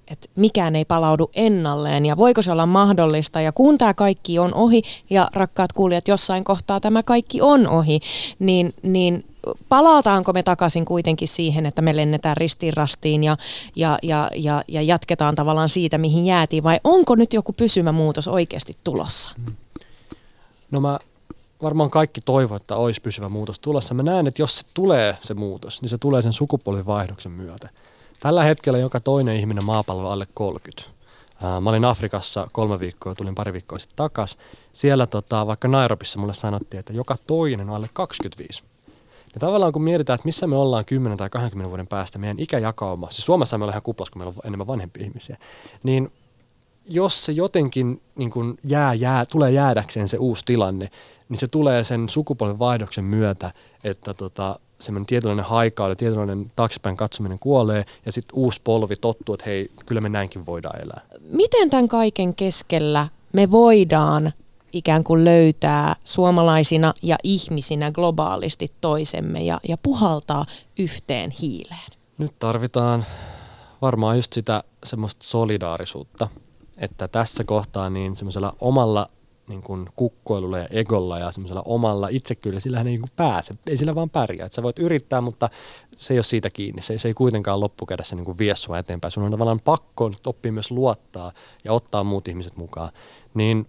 S3: että mikään ei palaudu ennalleen ja voiko se olla mahdollista ja kun tämä kaikki on ohi ja rakkaat kuulijat, jossain kohtaa tämä kaikki on ohi, niin palataanko me takaisin kuitenkin siihen, että me lennetään ristiin rastiin ja jatketaan tavallaan siitä, mihin jäätiin vai onko nyt joku pysymä muutos oikeasti tulossa?
S4: No mä varmaan kaikki toivoo, että olisi pysyvä muutos tulossa. Mä näen, että jos se tulee se muutos, niin se tulee sen sukupolvivaihdoksen myötä. Tällä hetkellä joka toinen ihminen maapallolla alle 30. Mä olin Afrikassa 3 viikkoa ja tulin pari viikkoa sitten takaisin. Siellä vaikka Nairobissa mulle sanottiin, että joka toinen on alle 25. Ja tavallaan kun mietitään, että missä me ollaan 10 tai 20 vuoden päästä, meidän ikäjakauma, siis Suomessa me ollaan ihan kuplassa, kun meillä on enemmän vanhempia ihmisiä, niin jos se jotenkin niin kun tulee jäädäkseen se uusi tilanne, niin se tulee sen sukupolvenvaihdoksen myötä, että semmoinen tietynlainen haikailu, tietynlainen taaksepäin katsominen kuolee ja sitten uusi polvi tottuu, että hei, kyllä me näinkin voidaan elää.
S3: Miten tämän kaiken keskellä me voidaan ikään kuin löytää suomalaisina ja ihmisinä globaalisti toisemme ja puhaltaa yhteen hiileen?
S4: Nyt tarvitaan varmaan just sitä semmoista solidaarisuutta, että tässä kohtaa niin semmoisella omalla niin kuin kukkoilulla ja egolla ja semmoisella omalla itsekkyydellä, sillähän ei niin kuin pääse, ei sillä vaan pärjää. Että sä voit yrittää, mutta se ei ole siitä kiinni. Se ei kuitenkaan loppukädessä niin kuin vie sua eteenpäin. Sun on tavallaan pakko oppia myös luottaa ja ottaa muut ihmiset mukaan. Niin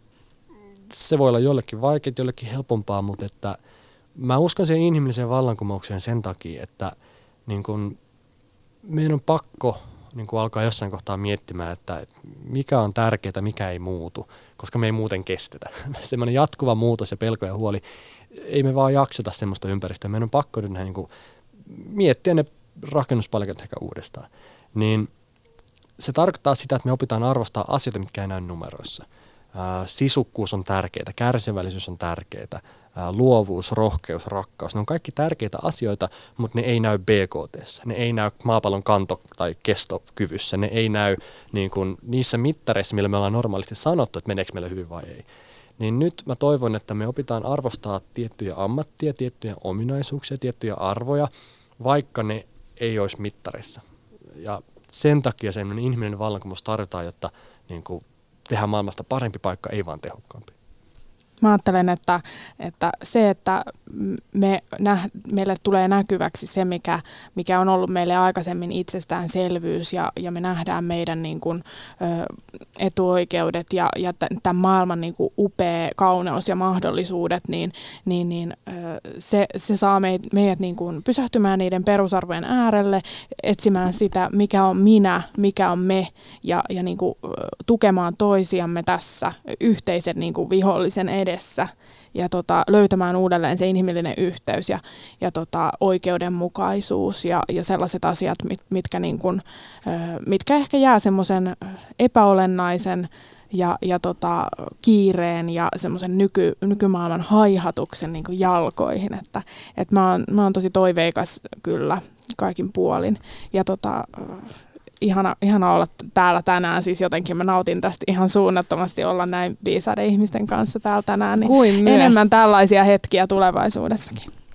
S4: se voi olla jollekin vaikeaa, jollekin helpompaa, mutta että mä uskon siihen inhimilliseen vallankumoukseen sen takia, että niin kuin meidän on pakko niin kuin alkaa jossain kohtaa miettimään, että mikä on tärkeää, mikä ei muutu, koska me ei muuten kestetä. Semmoinen jatkuva muutos ja pelko ja huoli, ei me vaan jakseta semmoista ympäristöä. Meidän on pakko nyt niin kuin miettiä ne rakennuspalikat ehkä uudestaan. Niin se tarkoittaa sitä, että me opitaan arvostaa asioita, mitkä ei näy numeroissa. Sisukkuus on tärkeää, kärsivällisyys on tärkeää, luovuus, rohkeus, rakkaus. Ne on kaikki tärkeitä asioita, mutta ne ei näy BKT:ssä. Ne ei näy maapallon kanto- tai kestokyvyssä. Ne ei näy niin kuin niissä mittareissa, millä me ollaan normaalisti sanottu, että meneekö meille hyvin vai ei. Niin nyt mä toivon, että me opitaan arvostaa tiettyjä ammattia, tiettyjä ominaisuuksia, tiettyjä arvoja, vaikka ne ei olisi mittareissa. Ja sen takia semmoinen inhimillinen vallankumous tarvitaan, jotta niin kuin tehdään maailmasta parempi paikka, ei vaan tehokkaampi.
S1: Mä ajattelen, että se, että meille tulee näkyväksi se, mikä on ollut meille aikaisemmin itsestäänselvyys ja me nähdään meidän niin kuin, etuoikeudet ja tämän maailman niin kuin upea kauneus ja mahdollisuudet, niin se saa meidät niin kuin pysähtymään niiden perusarvojen äärelle, etsimään sitä, mikä on minä, mikä on me ja niin kuin, tukemaan toisiamme tässä yhteisen niin kuin vihollisen edessä ja löytämään uudelleen se inhimillinen yhteys ja oikeudenmukaisuus ja sellaiset asiat, mitkä ehkä jää semmoisen epäolennaisen ja kiireen ja semmoisen nykymaailman haihatuksen niin kuin jalkoihin, että mä oon tosi toiveikas kyllä kaikin puolin ja ihana olla täällä tänään, siis jotenkin mä nautin tästä ihan suunnattomasti olla näin viisaiden ihmisten kanssa täällä tänään, niin enemmän tällaisia hetkiä tulevaisuudessakin.